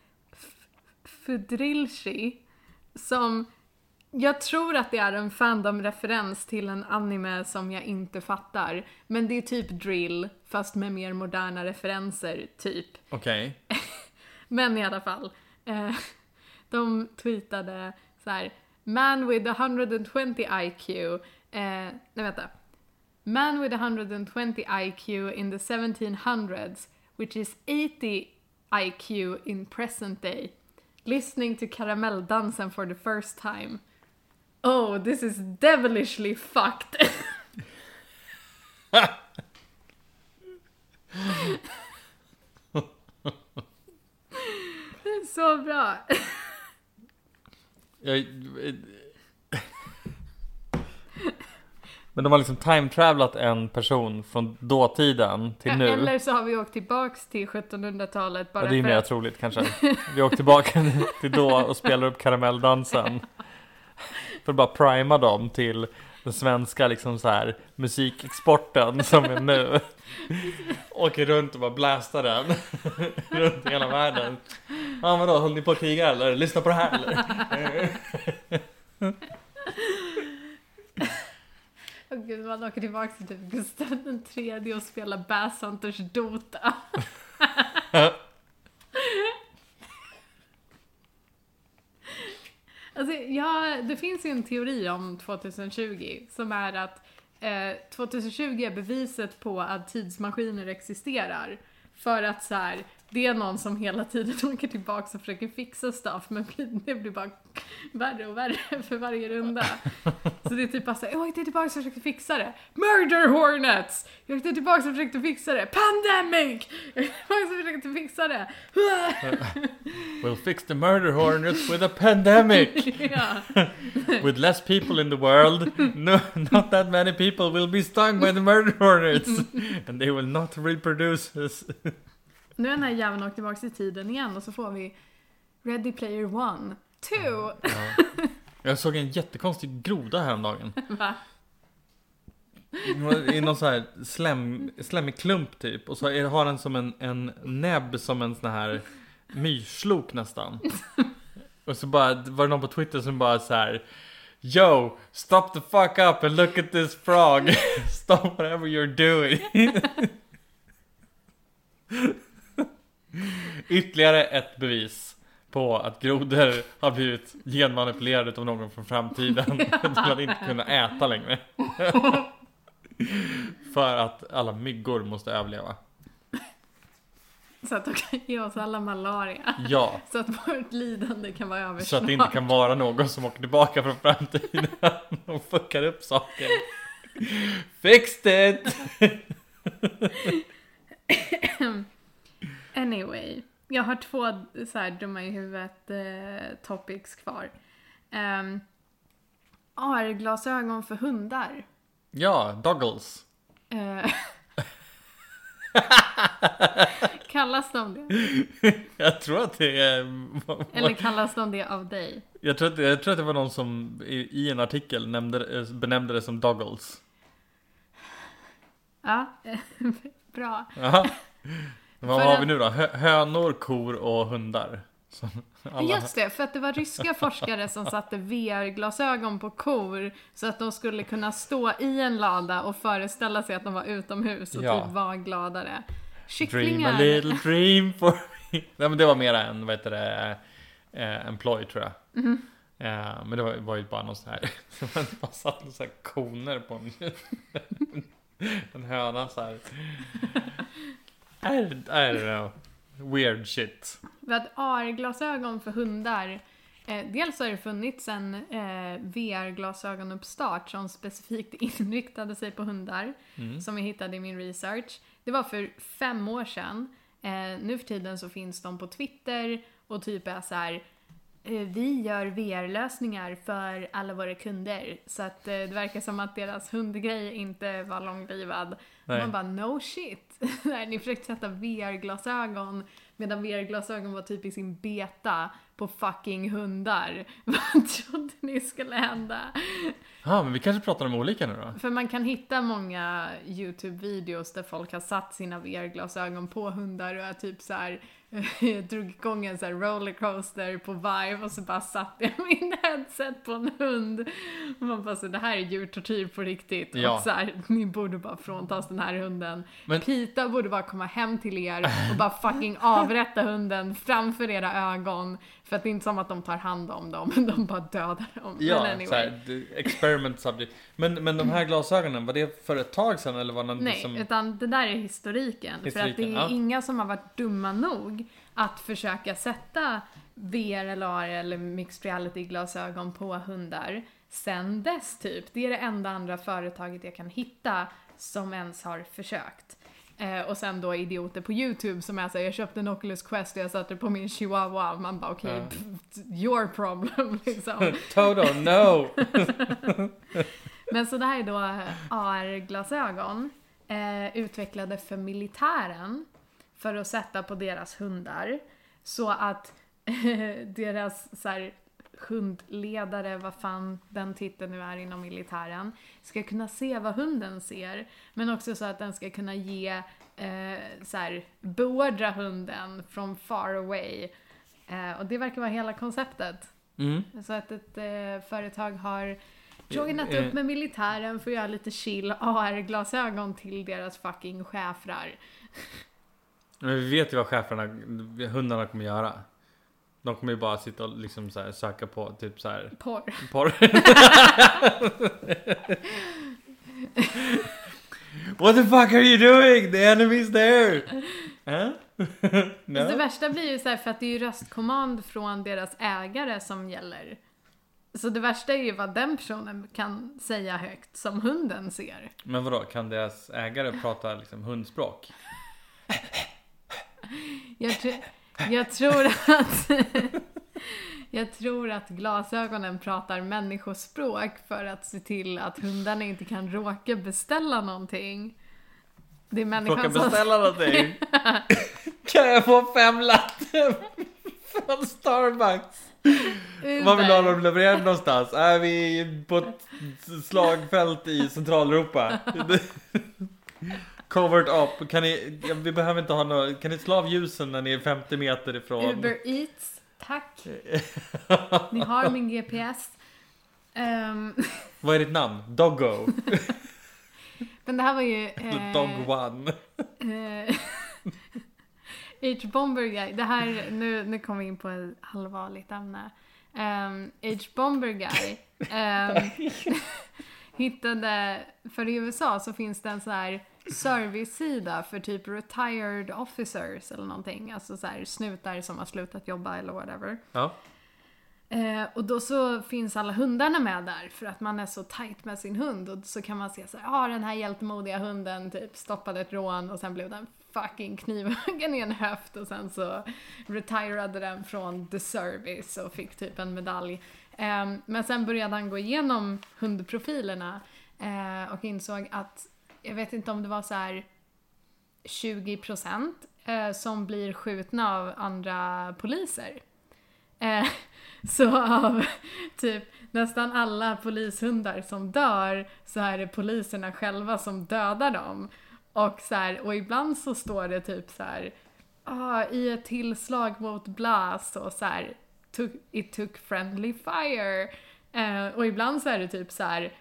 Fudrilshi, som jag tror att det är en fandom-referens till en anime som jag inte fattar. Men det är typ drill, fast med mer moderna referenser, typ. Okej. Men i alla fall. De tweetade så här: Man with 120 IQ. Nej, vänta. Man with 120 IQ in the 1700s, which is 80 IQ in present day. Listening to karamelldansen for the first time. Oh, this is devilishly fucked. Det är så bra. Men de har liksom time-travelat en person från dåtiden till nu. Eller så har vi åkt tillbaks till 1700-talet. Bara det är mer troligt kanske. Vi åkt tillbaka till då och spelar upp karamelldansen. För att bara prima dem till den svenska liksom så här musikexporten som är nu. Åker runt och bara blastar den runt hela världen. Ja, vadå, håller ni på att kriga eller? Lyssna på det här eller? Åh gud, man åker tillbaka till typ Gustav den tredje och spelar Bass Hunters Dota. Alltså, ja, det finns ju en teori om 2020 som är att 2020 är beviset på att tidsmaskiner existerar. För att så här, det är någon som hela tiden åker tillbaka och försöker fixa stuff, men det blir bara värre och värre för varje runda. Så det är typ bara så här, jag åkte tillbaka och försökte fixa det. Murder Hornets! Jag åkte tillbaka och försökte fixa det. Pandemic! Jag åkte tillbaka och försökte fixa det. We'll fix the murder hornets with a pandemic. With less people in the world, no, not that many people will be stung by the murder hornets. And they will not reproduce us. Nu är den här jäveln åkt tillbaka i tiden igen och så får vi Ready Player 1, 2. Ja. Jag såg en jättekonstig groda häromdagen. Va? I någon så här slemmig klump typ. Och så har den som en näbb som en sån här myrslok nästan. Och så bara var det någon på Twitter som bara så här: Yo, stop the fuck up and look at this frog. Stop whatever you're doing. Ytterligare ett bevis på att grodor har blivit genmanipulerade av någon från framtiden. Till att inte kunna äta längre. För att alla myggor måste överleva. Så att de kan ge oss alla malaria. Ja. Så att vårt lidande kan vara över. Så att det inte kan vara någon som åker tillbaka från framtiden och fuckar upp saker. Fixed it! Anyway, jag har 2 så här dumma i huvudet topics kvar. AR-glasögon för hundar. Ja, doggles. Kallas de det? Jag tror att det är... Eller kallas de det av dig? Jag tror att det var någon som i en artikel benämnde det som doggles. Ja, bra. Aha. Vad har vi nu då? Hönor, kor och hundar. Just det, för att det var ryska forskare som satte VR-glasögon på kor så att de skulle kunna stå i en lada och föreställa sig att de var utomhus och typ var gladare. Kycklingar. Dream a little dream for me. Nej, men det var mera en, vad heter det, en ploj tror jag. Mm. Men det var ju bara någon sån här, man bara satt någon sån här koner på en höna så här. I don't know. Weird shit. För att AR-glasögon för hundar, dels har det funnits en VR-glasögonuppstart som specifikt inriktade sig på hundar, som jag hittade i min research. Det var för 5 år sedan. Nu för tiden så finns de på Twitter och typ är så här vi gör VR-lösningar för alla våra kunder. Så att det verkar som att deras hundgrej inte var långlivad. Man bara, no shit. Ni försökte sätta VR-glasögon medan VR-glasögon var typ i sin beta på fucking hundar. Vad trodde ni skulle hända? Ja, men vi kanske pratar om olika nu då. För man kan hitta många YouTube-videos där folk har satt sina VR-glasögon på hundar och är typ så här drog igång en så här rollercoaster på Vive och så bara satt jag min headset på en hund. Och man bara så, det här är djurtortyr på riktigt. Ja. Och så här, ni borde bara fråntas den här hunden. Men PETA borde bara komma hem till er och bara fucking avrätta hunden framför era ögon. För att det är inte som att de tar hand om dem, men de bara dödar dem. Ja, men anyway. Så här, experiment subject. Men de här glasögonen, var det för ett tag sedan eller var det Nej, som... utan det där är historiken. För att det är inga som har varit dumma nog att försöka sätta VR eller AR eller mixed reality-glasögon på hundar sen dess typ. Det är det enda andra företaget jag kan hitta som ens har försökt. Och sen då idioter på YouTube som är så här, jag köpte en Oculus Quest och jag satte på min chihuahua. Man bara okej, your problem liksom. Toto, no! Men så det här är då AR-glasögon utvecklade för militären för att sätta på deras hundar. Så att deras så här, hundledare, vad fan den titeln nu är inom militären, ska kunna se vad hunden ser. Men också så att den ska kunna ge så här, beordra hunden from far away. Och det verkar vara hela konceptet. Så att ett företag har joinat upp med militären för att göra lite chill AR-glasögon till deras fucking schäfrar. Men vi vet ju vad hundarna kommer göra. De kommer ju bara sitta och liksom så här söka på typ så här porr. What the fuck are you doing? The enemy's there. No? Det värsta blir ju så här, för att det är ju röstkommand från deras ägare som gäller. Så det värsta är ju vad den personen kan säga högt som hunden ser. Men vadå, kan deras ägare prata liksom hundspråk? Jag tror att glasögonen pratar människospråk för att se till att hundarna inte kan råka beställa någonting. Det är människan som... beställa någonting? Kan jag få 5 latte från Starbucks? Vad vill ha dem levererade någonstans? Är vi på ett slagfält i Centraleuropa? Covered up. Vi behöver inte ha något. Kan ni slå av ljusen när ni är 50 meter ifrån? Uber Eats, tack. Ni har min GPS. Vad är ditt namn? Doggo. Men det här var ju Dog One. H-Bomber Guy. Det här, nu kommer vi in på ett allvarligt ämne. H-Bomber Guy hittade, för i USA så finns det en så här service-sida för typ retired officers eller någonting. Alltså så här snutar som har slutat jobba eller whatever. Ja. Och då så finns alla hundarna med där för att man är så tight med sin hund. Och så kan man se så här, den här hjältemodiga hunden typ stoppade ett rån och sen blev den fucking knivhuggen i en höft och sen så retirade den från the service och fick typ en medalj. Men sen började han gå igenom hundprofilerna och insåg att, jag vet inte om det var så här 20% som blir skjutna av andra poliser. Så av typ nästan alla polishundar som dör så är det poliserna själva som dödar dem. Och så här, och ibland så står det typ så här, i ett tillslag mot Blas och så här, it took friendly fire. Och ibland så är det typ så här,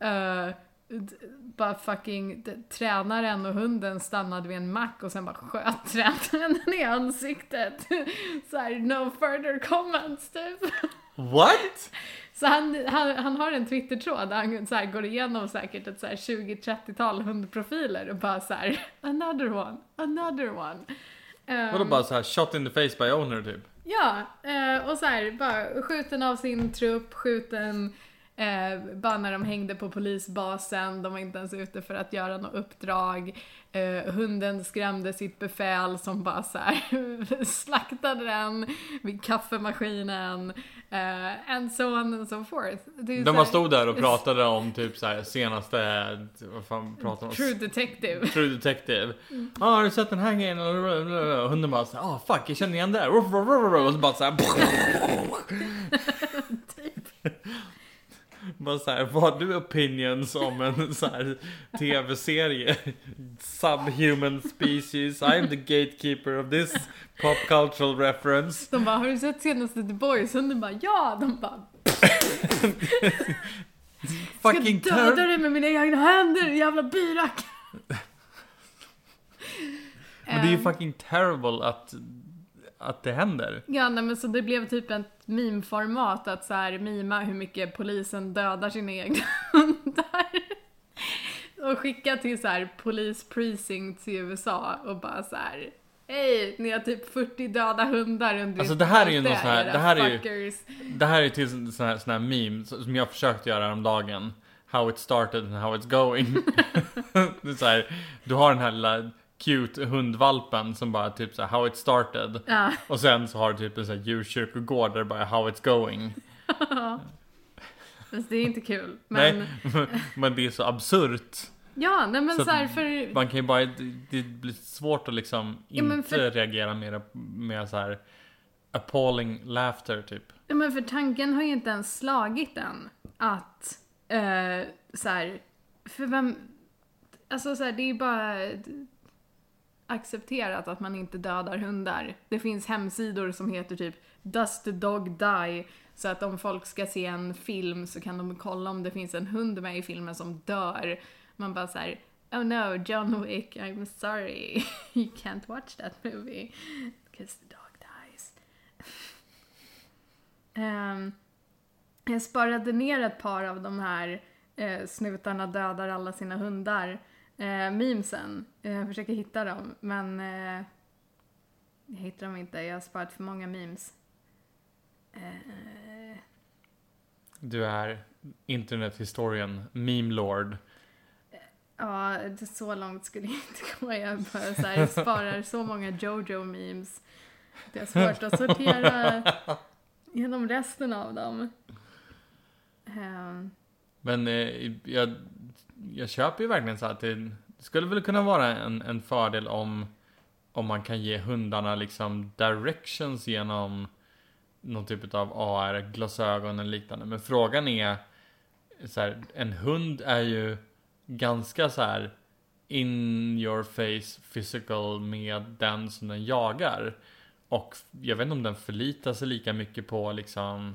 bara fucking tränaren och hunden stannade vid en mack och sen bara sköt tränaren i ansiktet. Så här, no further comments typ. What? Så han har en Twitter-tråd där han så här går igenom säkert ett så här 20-30-tal hundprofiler och bara så här, another one. Vadå bara så här shot in the face by owner typ? Ja, och så här bara skjuten av sin trupp, skjuten Bara när de hängde på polisbasen, de var inte ens ute för att göra något uppdrag. Hunden skrämde sitt befäl som bara så här slaktade den vid kaffemaskinen. And so on and so forth. De bara stod där och pratade om typ så här senaste, vad fan pratar de om? True Detective. Har du sett den här grejen? Och hunden bara så här, fuck, jag känner igen det här. Och så bara så här. Bara så här, vad har du opinions om en så här tv-serie? Subhuman species, I'm the gatekeeper of this pop cultural reference. De bara, har du sett senaste The Boys? Och de bara, ja! De bara, fucking ska döda dig med mina egna händer, jävla byrak! Men det är ju fucking terrible att det händer. Ja, nej, men så det blev typ ett meme-format att så här mima hur mycket polisen dödar sina egna hundar. Och skicka till så här polisprecincts i USA och bara så här: hej, ni har typ 40 döda hundar under alltså det här är ju någon sån här, det här är till sån här meme som jag försökt göra om dagen. How it started and how it's going. Det är så här, du har den här lilla cute hundvalpen som bara typ så här, how it started. Ja. Och sen så har du typ en sån här djurkyrkogård där bara how it's going. Fast det är inte kul. Men... Nej, men det är så absurt. Ja, nej men så här, för... Man kan ju bara, det blir svårt att liksom inte reagera med så här appalling laughter typ. Ja, men för tanken har ju inte ens slagit än att så här, för vem, alltså så här, det är ju bara accepterat att man inte dödar hundar. Det finns hemsidor som heter typ Does the dog die? Så att om folk ska se en film så kan de kolla om det finns en hund med i filmen som dör. Man bara så här, oh no, John Wick, I'm sorry. You can't watch that movie because the dog dies. Jag sparade ner ett par av de här snutarna dödar alla sina hundar memesen. Jag försöker hitta dem, men jag hittar dem inte. Jag har sparat för många memes. Du är internethistorien, meme lord. Ja, så långt skulle jag inte gå. Jag bara så här, sparar så många Jojo-memes. Det är svårt att sortera genom resten av dem. Men jag köper ju verkligen så att det skulle väl kunna vara en fördel om man kan ge hundarna liksom directions genom någon typ av AR, glasögon eller liknande. Men frågan är så här, en hund är ju ganska så här in your face physical med den som den jagar. Och jag vet inte om den förlitar sig lika mycket på liksom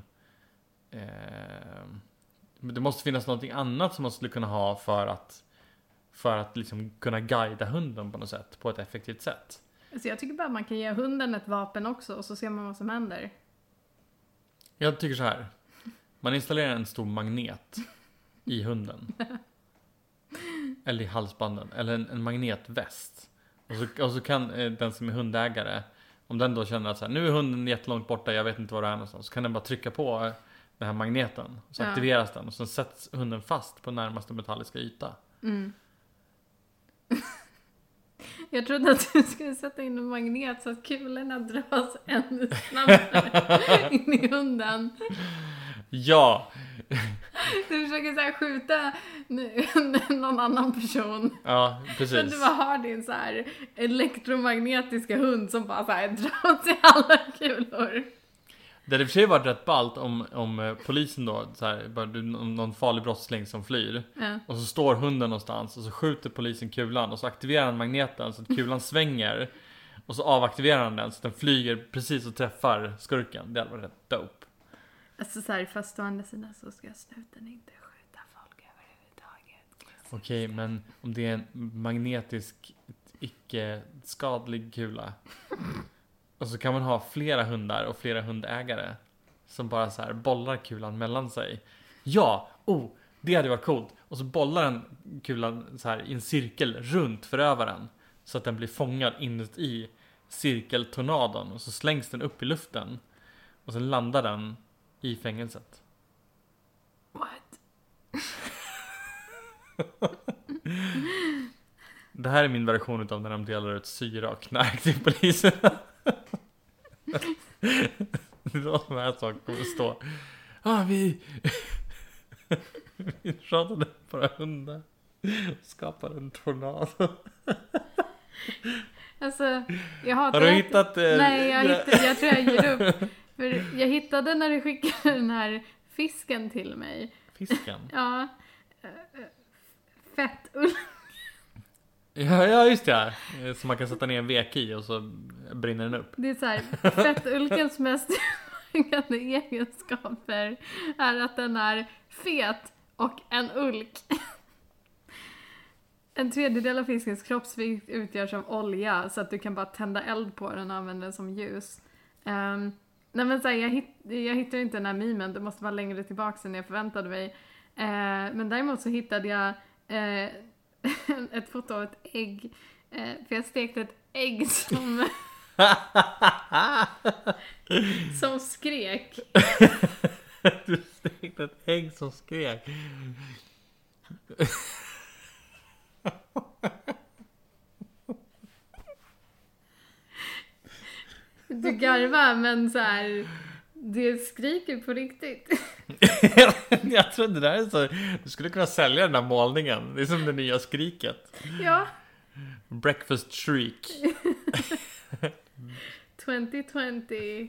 det måste finnas någonting annat som man skulle kunna ha för att liksom kunna guida hunden på något sätt, på ett effektivt sätt. Så jag tycker bara man kan ge hunden ett vapen också och så ser man vad som händer. Jag tycker så här. Man installerar en stor magnet i hunden. Eller i halsbanden. Eller en magnetväst. Och så kan den som är hundägare, om den då känner att så här, nu är hunden jättelångt borta, jag vet inte var det är någonstans, så kan den bara trycka på den här magneten. Så aktiveras den och så sätts hunden fast på närmaste metalliska yta. Mm. Jag trodde att du skulle sätta in en magnet så att kulorna dras ännu snabbare in i hunden. Ja. Du försöker så här skjuta någon annan person. Ja, precis. Så du bara har din så här elektromagnetiska hund som bara så här drar åt sig alla kulor. Det hade i och för sig varit rätt ballt om polisen då så här, bara någon farlig brottsling som flyr. Ja. Och så står hunden någonstans och så skjuter polisen kulan och så aktiverar han magneten så att kulan svänger. Och så avaktiverar han den så att den flyger precis och träffar skurken. Det hade varit rätt dope. Alltså så här, fast å andra sidan så ska snuten inte skjuta folk överhuvudtaget. Okej, men om det är en magnetisk icke-skadlig kula. Och så kan man ha flera hundar och flera hundägare som bara så här bollar kulan mellan sig. Ja, det hade varit coolt. Och så bollar den kulan så här i en cirkel runt förövaren så att den blir fångad inuti cirkeltornadon och så slängs den upp i luften och sen landar den i fängelset. What? Det här är min version av när de delar ut syra och knark till poliserna. Det är då de här sakerna kommer att stå. Vi ratade bara hundar. Skapade en tornado. Alltså, jag hatar har du hittat... Nej, jag tror jag ger upp. För jag hittade när du skickade den här fisken till mig. Fisken? Ja. Fettull. Ja, just det. Så man kan sätta ner en vek i och så brinner den upp. Det är så här, fettulkens mest grundläggande egenskaper är att den är fet och en ulk. En tredjedel av fiskens kroppsvikt utgörs av olja så att du kan bara tända eld på den och använda den som ljus. Nej men så här, jag hittar inte den här memen, det måste vara längre tillbaka än jag förväntade mig. Men däremot så hittade jag ett foto av ett ägg. För jag stekte ett ägg som som skrek. Du stekte ett ägg som skrek. Du garvar, men så här, det skriker på riktigt. Jag tror det där är så. Du skulle kunna sälja den här målningen. Det är som det nya skriket. Ja. Breakfast shriek. 2020.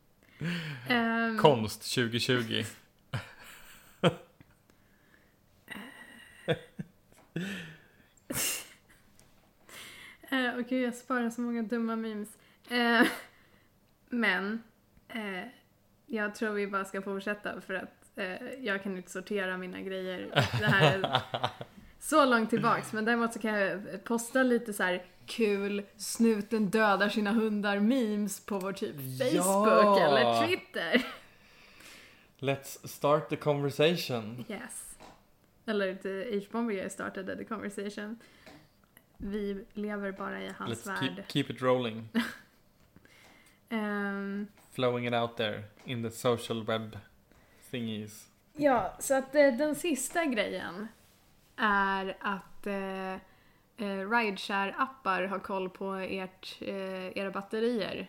Konst 2020. Okej, jag sparar så många dumma memes. Men jag tror vi bara ska fortsätta för att jag kan inte sortera mina grejer. Det här är så långt tillbaks. Men däremot så kan jag posta lite så här kul snuten dödar sina hundar memes på vår typ Facebook eller Twitter. Let's start the conversation. Yes. Eller H-Bomber startade the conversation. Vi lever bara i hans värld. Keep it rolling. Flowing it out there in the social web thingies. Ja, så att den sista grejen är att rideshare-appar har koll på era batterier.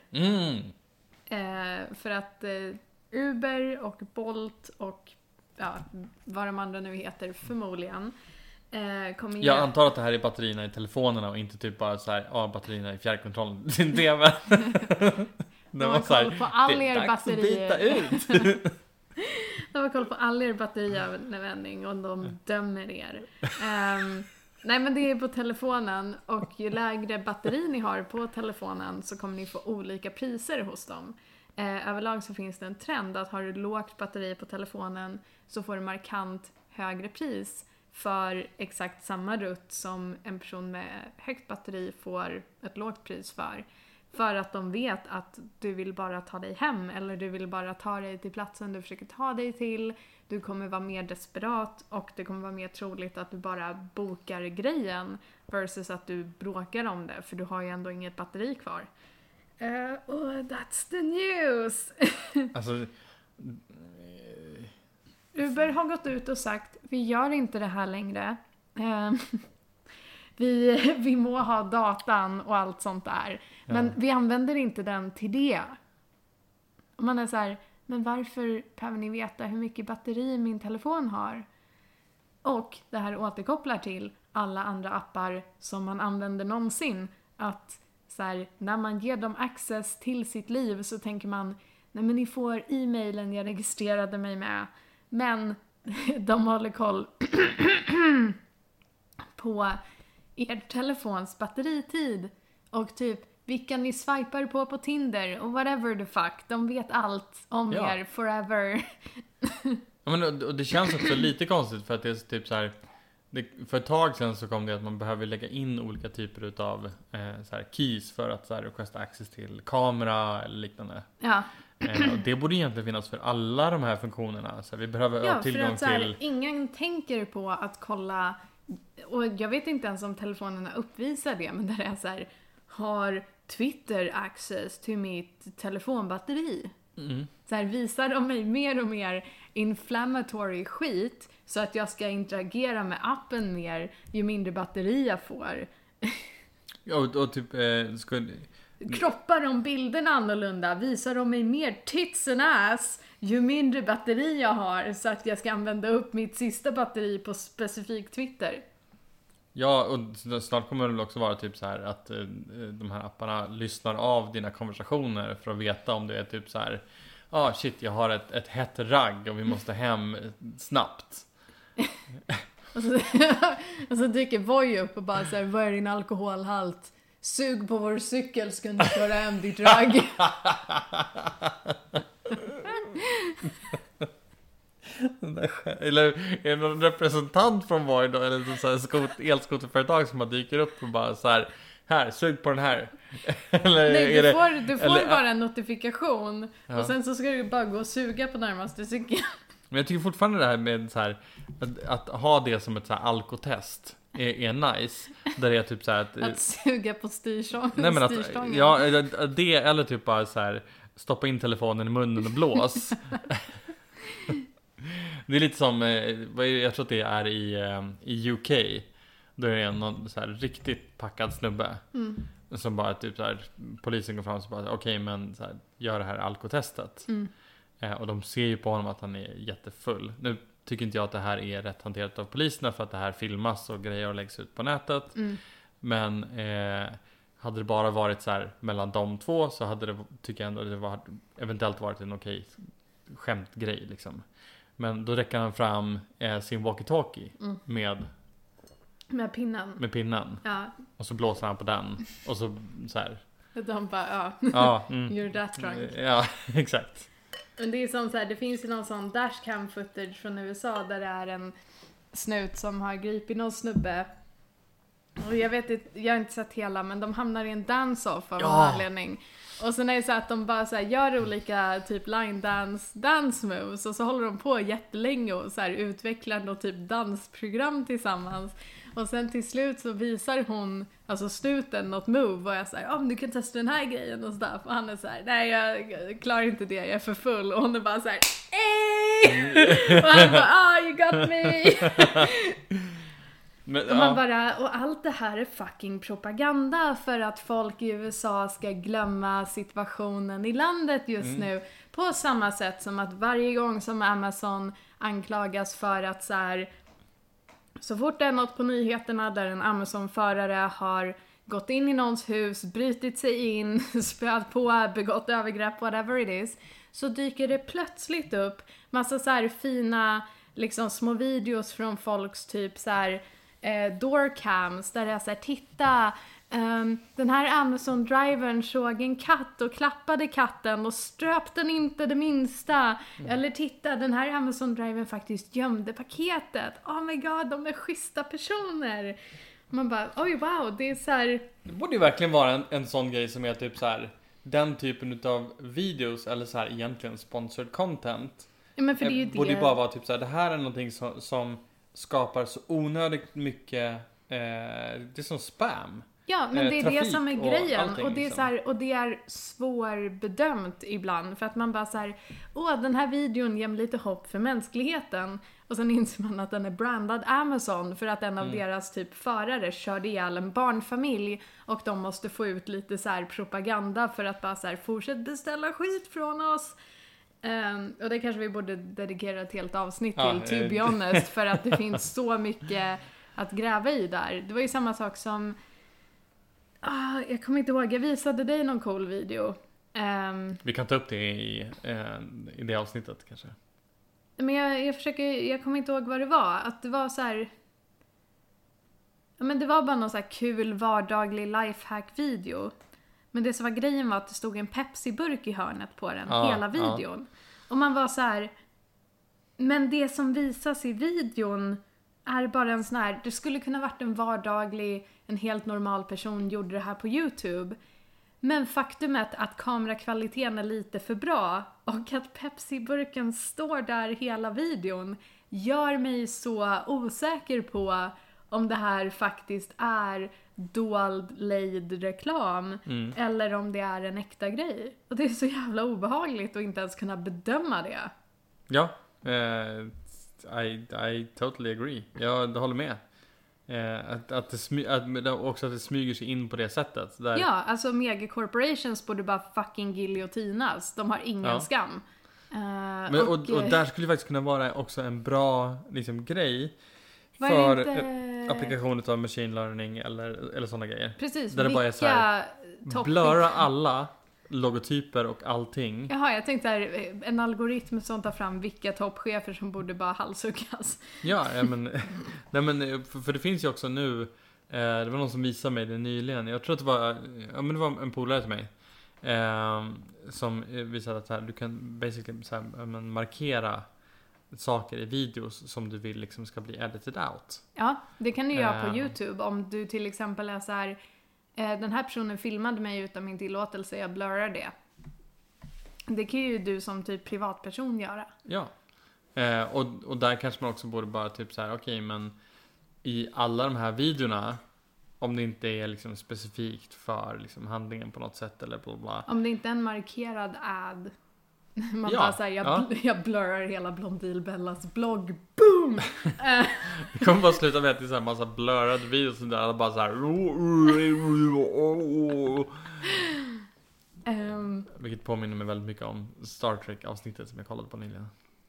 För att Uber och Bolt och vad de andra nu heter förmodligen jag antar att det här är batterierna i telefonerna och inte typ bara så här, batterierna i fjärrkontrollen till din TV. De har koll på all er batterier. Ut. De har koll på all er batterianvändning och de dömer er. Nej, men det är på telefonen, och ju lägre batteri ni har på telefonen så kommer ni få olika priser hos dem. Överlag så finns det en trend att har du lågt batteri på telefonen så får du markant högre pris för exakt samma rutt som en person med högt batteri får ett lågt pris för. För att de vet att du vill bara ta dig hem, eller du vill bara ta dig till platsen du försöker ta dig till. Du kommer vara mer desperat och det kommer vara mer troligt att du bara bokar grejen versus att du bråkar om det, för du har ju ändå inget batteri kvar. That's the news! Alltså... Uber har gått ut och sagt, vi gör inte det här längre. Vi må ha datan och allt sånt där. Men vi använder inte den till det. Och man är så här, men varför behöver ni veta hur mycket batteri min telefon har? Och det här återkopplar till alla andra appar som man använder någonsin. Att så här, när man ger dem access till sitt liv så tänker man, nej men ni får e-mailen jag registrerade mig med. Men de håller koll på er telefons batteritid och typ vilka ni swipar på Tinder och whatever the fuck. De vet allt om er forever. Ja, men och det känns också lite konstigt för att det är typ så här, för ett tag sedan så kom det att man behöver lägga in olika typer utav så här keys för att så här requesta access till kamera eller liknande. Ja. Och det borde egentligen finnas för alla de här funktionerna. Så vi behöver ha tillgång för att, så här, till... ingen tänker på att kolla, och jag vet inte ens om telefonerna uppvisar det, men där det är så här, har Twitter access till mitt telefonbatteri? Så här, visar de mig mer och mer inflammatory skit så att jag ska interagera med appen mer ju mindre batteri jag får. Och typ kroppar de bilderna annorlunda, visar de mig mer tits and ass ju mindre batteri jag har så att jag ska använda upp mitt sista batteri på specifik Twitter. Ja, och snart kommer det väl också vara typ så här att de här apparna lyssnar av dina konversationer för att veta om det är typ så här shit, jag har ett hett ragg och vi måste hem snabbt. och så dyker Voi upp och bara såhär, vad är din alkoholhalt? Sug på vår cykel ska du köra hem ditt ragg. Eller är det någon representant från Voi då? Eller så här elskoterföretag som bara dyker upp och bara så här, sug på den här. Eller nej, du får bara en notifikation. Ja. Och sen så ska du bara gå och suga på närmaste cykel. Men jag tycker fortfarande det här med så här, att ha det som ett så här alkotest är nice. Där det är typ så här att suga på styrstången. Nej, men ja, det eller typ bara så här stoppa in telefonen i munnen och blås. Det är lite som jag tror att det är i UK. Då är det någon så här riktigt packad snubbe som bara typ så här, polisen går fram och så bara okej, men så här, gör det här alkotestet. Och de ser ju på honom att han är jättefull. Nu tycker inte jag att det här är rätt hanterat av poliserna för att det här filmas och grejer och läggs ut på nätet. Men hade det bara varit så här mellan de två så hade det, tycker jag ändå, det var eventuellt varit en okej skämtgrej liksom. Men då räcker han fram sin walkie-talkie med pinnen. Ja. Och så blåser han på den. Och så här. De bara, you're that drunk. Ja, exakt. Men det är som så här, det finns ju någon sån dashcam footage från USA där det är en snut som har gripit någon snubbe. Och jag vet inte, jag har inte sett hela, men de hamnar i en dance-off av någon anledning. Och sen är det så att de bara så här gör olika typ line dance moves och så håller de på jättelänge och så här utvecklar något typ dansprogram tillsammans. Och sen till slut så visar hon, alltså snuten, något move och jag säger, men du kan testa den här grejen och sådär. Och han är så här, nej jag klarar inte det, jag är för full. Och hon är bara så här, och han bara, you got me. Men, och man bara, och allt det här är fucking propaganda för att folk i USA ska glömma situationen i landet just nu. På samma sätt som att varje gång som Amazon anklagas för att så här, så fort det är något på nyheterna där en Amazon-förare har gått in i någons hus, brytit sig in, spöat på, begått övergrepp, whatever it is, så dyker det plötsligt upp massa så här fina liksom små videos från folks typ så här doorcams där det är så här, titta, den här Amazon-drivern såg en katt och klappade katten och ströp den inte det minsta. Eller titta, den här Amazon-drivern faktiskt gömde paketet. Oh my god, de är schyssta personer. Man bara, oj wow, det är så här. Det borde ju verkligen vara en sån grej som är typ så här, den typen av videos eller så här egentligen sponsored content. Ja, men för det är ju borde ju bara vara typ så här, det här är någonting som skapar så onödigt mycket, det är som spam. Ja, men det är det som är grejen. Och det är liksom. så här, och det är svårbedömt ibland. För att man bara så här, den här videon ger lite hopp för mänskligheten. Och sen inser man att den är brandad Amazon. För att en av deras typ förare körde ihjäl en barnfamilj. Och de måste få ut lite så här propaganda för att bara så här, fortsätt beställa skit från oss. Och det kanske vi borde dedikera ett helt avsnitt till, to be honest. För att det finns så mycket att gräva i där. Det var ju samma sak som, jag kommer inte ihåg, jag visade dig någon cool video. Vi kan ta upp det i det avsnittet kanske. Men jag kommer inte ihåg vad det var. Att det var så här, men det var bara någon så här kul vardaglig lifehack-video. Men det som var grejen var att det stod en Pepsi-burk i hörnet på den, hela videon. Och man var så här, men det som visas i videon är bara en sån här, det skulle kunna varit en vardaglig, en helt normal person gjorde det här på YouTube. Men faktumet att kamerakvaliteten är lite för bra och att Pepsi-burken står där hela videon gör mig så osäker på om det här faktiskt är dold lejd reklam eller om det är en äkta grej. Och det är så jävla obehagligt att inte ens kunna bedöma det. Ja, I totally agree. Jag håller med. Att det smyger sig in på det sättet. Där... Ja, alltså megacorporations borde bara fucking giljotinas. De har ingen skam. Och där skulle det faktiskt kunna vara också en bra liksom, grej för applikationer av machine learning eller sådana grejer. Precis, där det bara är så här, blurra alla logotyper och allting. Jaha, jag tänkte här, en algoritm som tar fram vilka toppchefer som borde bara halshuggas. Ja, men, nej, men för det finns ju också nu, det var någon som visade mig det nyligen. Jag tror att det var en polare till mig som visade att här, du kan basically så här, markera saker i videos som du vill liksom ska bli edited out. Ja, det kan du göra på YouTube. Om du till exempel är så här, den här personen filmade mig utan min tillåtelse, jag blurrar det. Det kan ju du som typ privatperson göra. Ja, och där kanske man också borde bara typ så här, okej, men i alla de här videorna, om det inte är liksom specifikt för liksom handlingen på något sätt eller bla bla. Om det inte är en markerad ad. Man bara såhär, jag blurrar hela Blondilbellas blogg. Boom! Det kommer bara sluta med att det är så här massa blurrade videos och där alla bara såhär. Vilket påminner mig väldigt mycket om Star Trek-avsnittet som jag kollade på nyligen.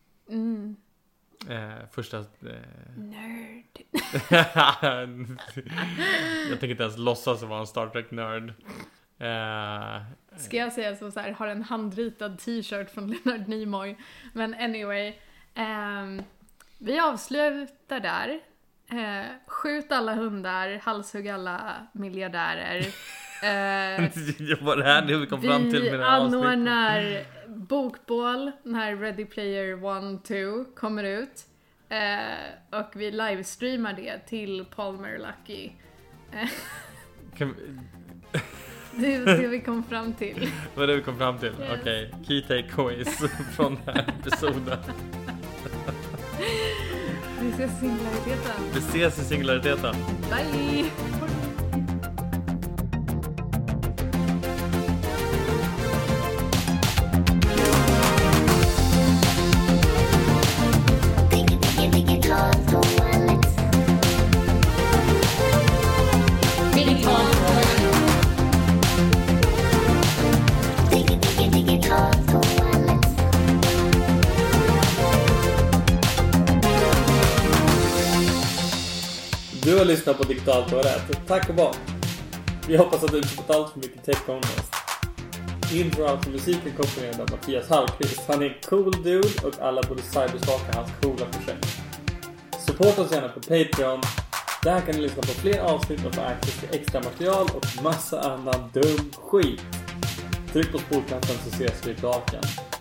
Första nerd. Jag tänker inte ens låtsas vara en Star Trek-nörd. Ska jag säga så här, har en handritad t-shirt från Leonard Nimoy. Men anyway, vi avslutar där. Skjut alla hundar, halshugg alla miljardärer. Vad det här det vi kom fram till med vi anordnar bokbål när Ready Player 1-2 kommer ut. Och vi livestreamar det till Palmer Luckey. Det är det vi kom fram till. Vad är det vi kom fram till? Yes. Okej, key takeaways från den här episoden. Vi ses i singulariteten. Vi ses i singulariteten. Bye! Du har lyssnat på Digitalt och rätt. Tack och barn. Vi hoppas att du inte fått allt för mycket tech-ångest. Intro och musiken komponerad av Mattias Hallqvist. Han är en cool dude och alla borde cyberstaka hans coola projekt. Supporta oss gärna på Patreon. Där kan ni lyssna på fler avsnitt och få access till extra material och massa annan dum skit. Tryck på spolkanten så ses vi tillbaka.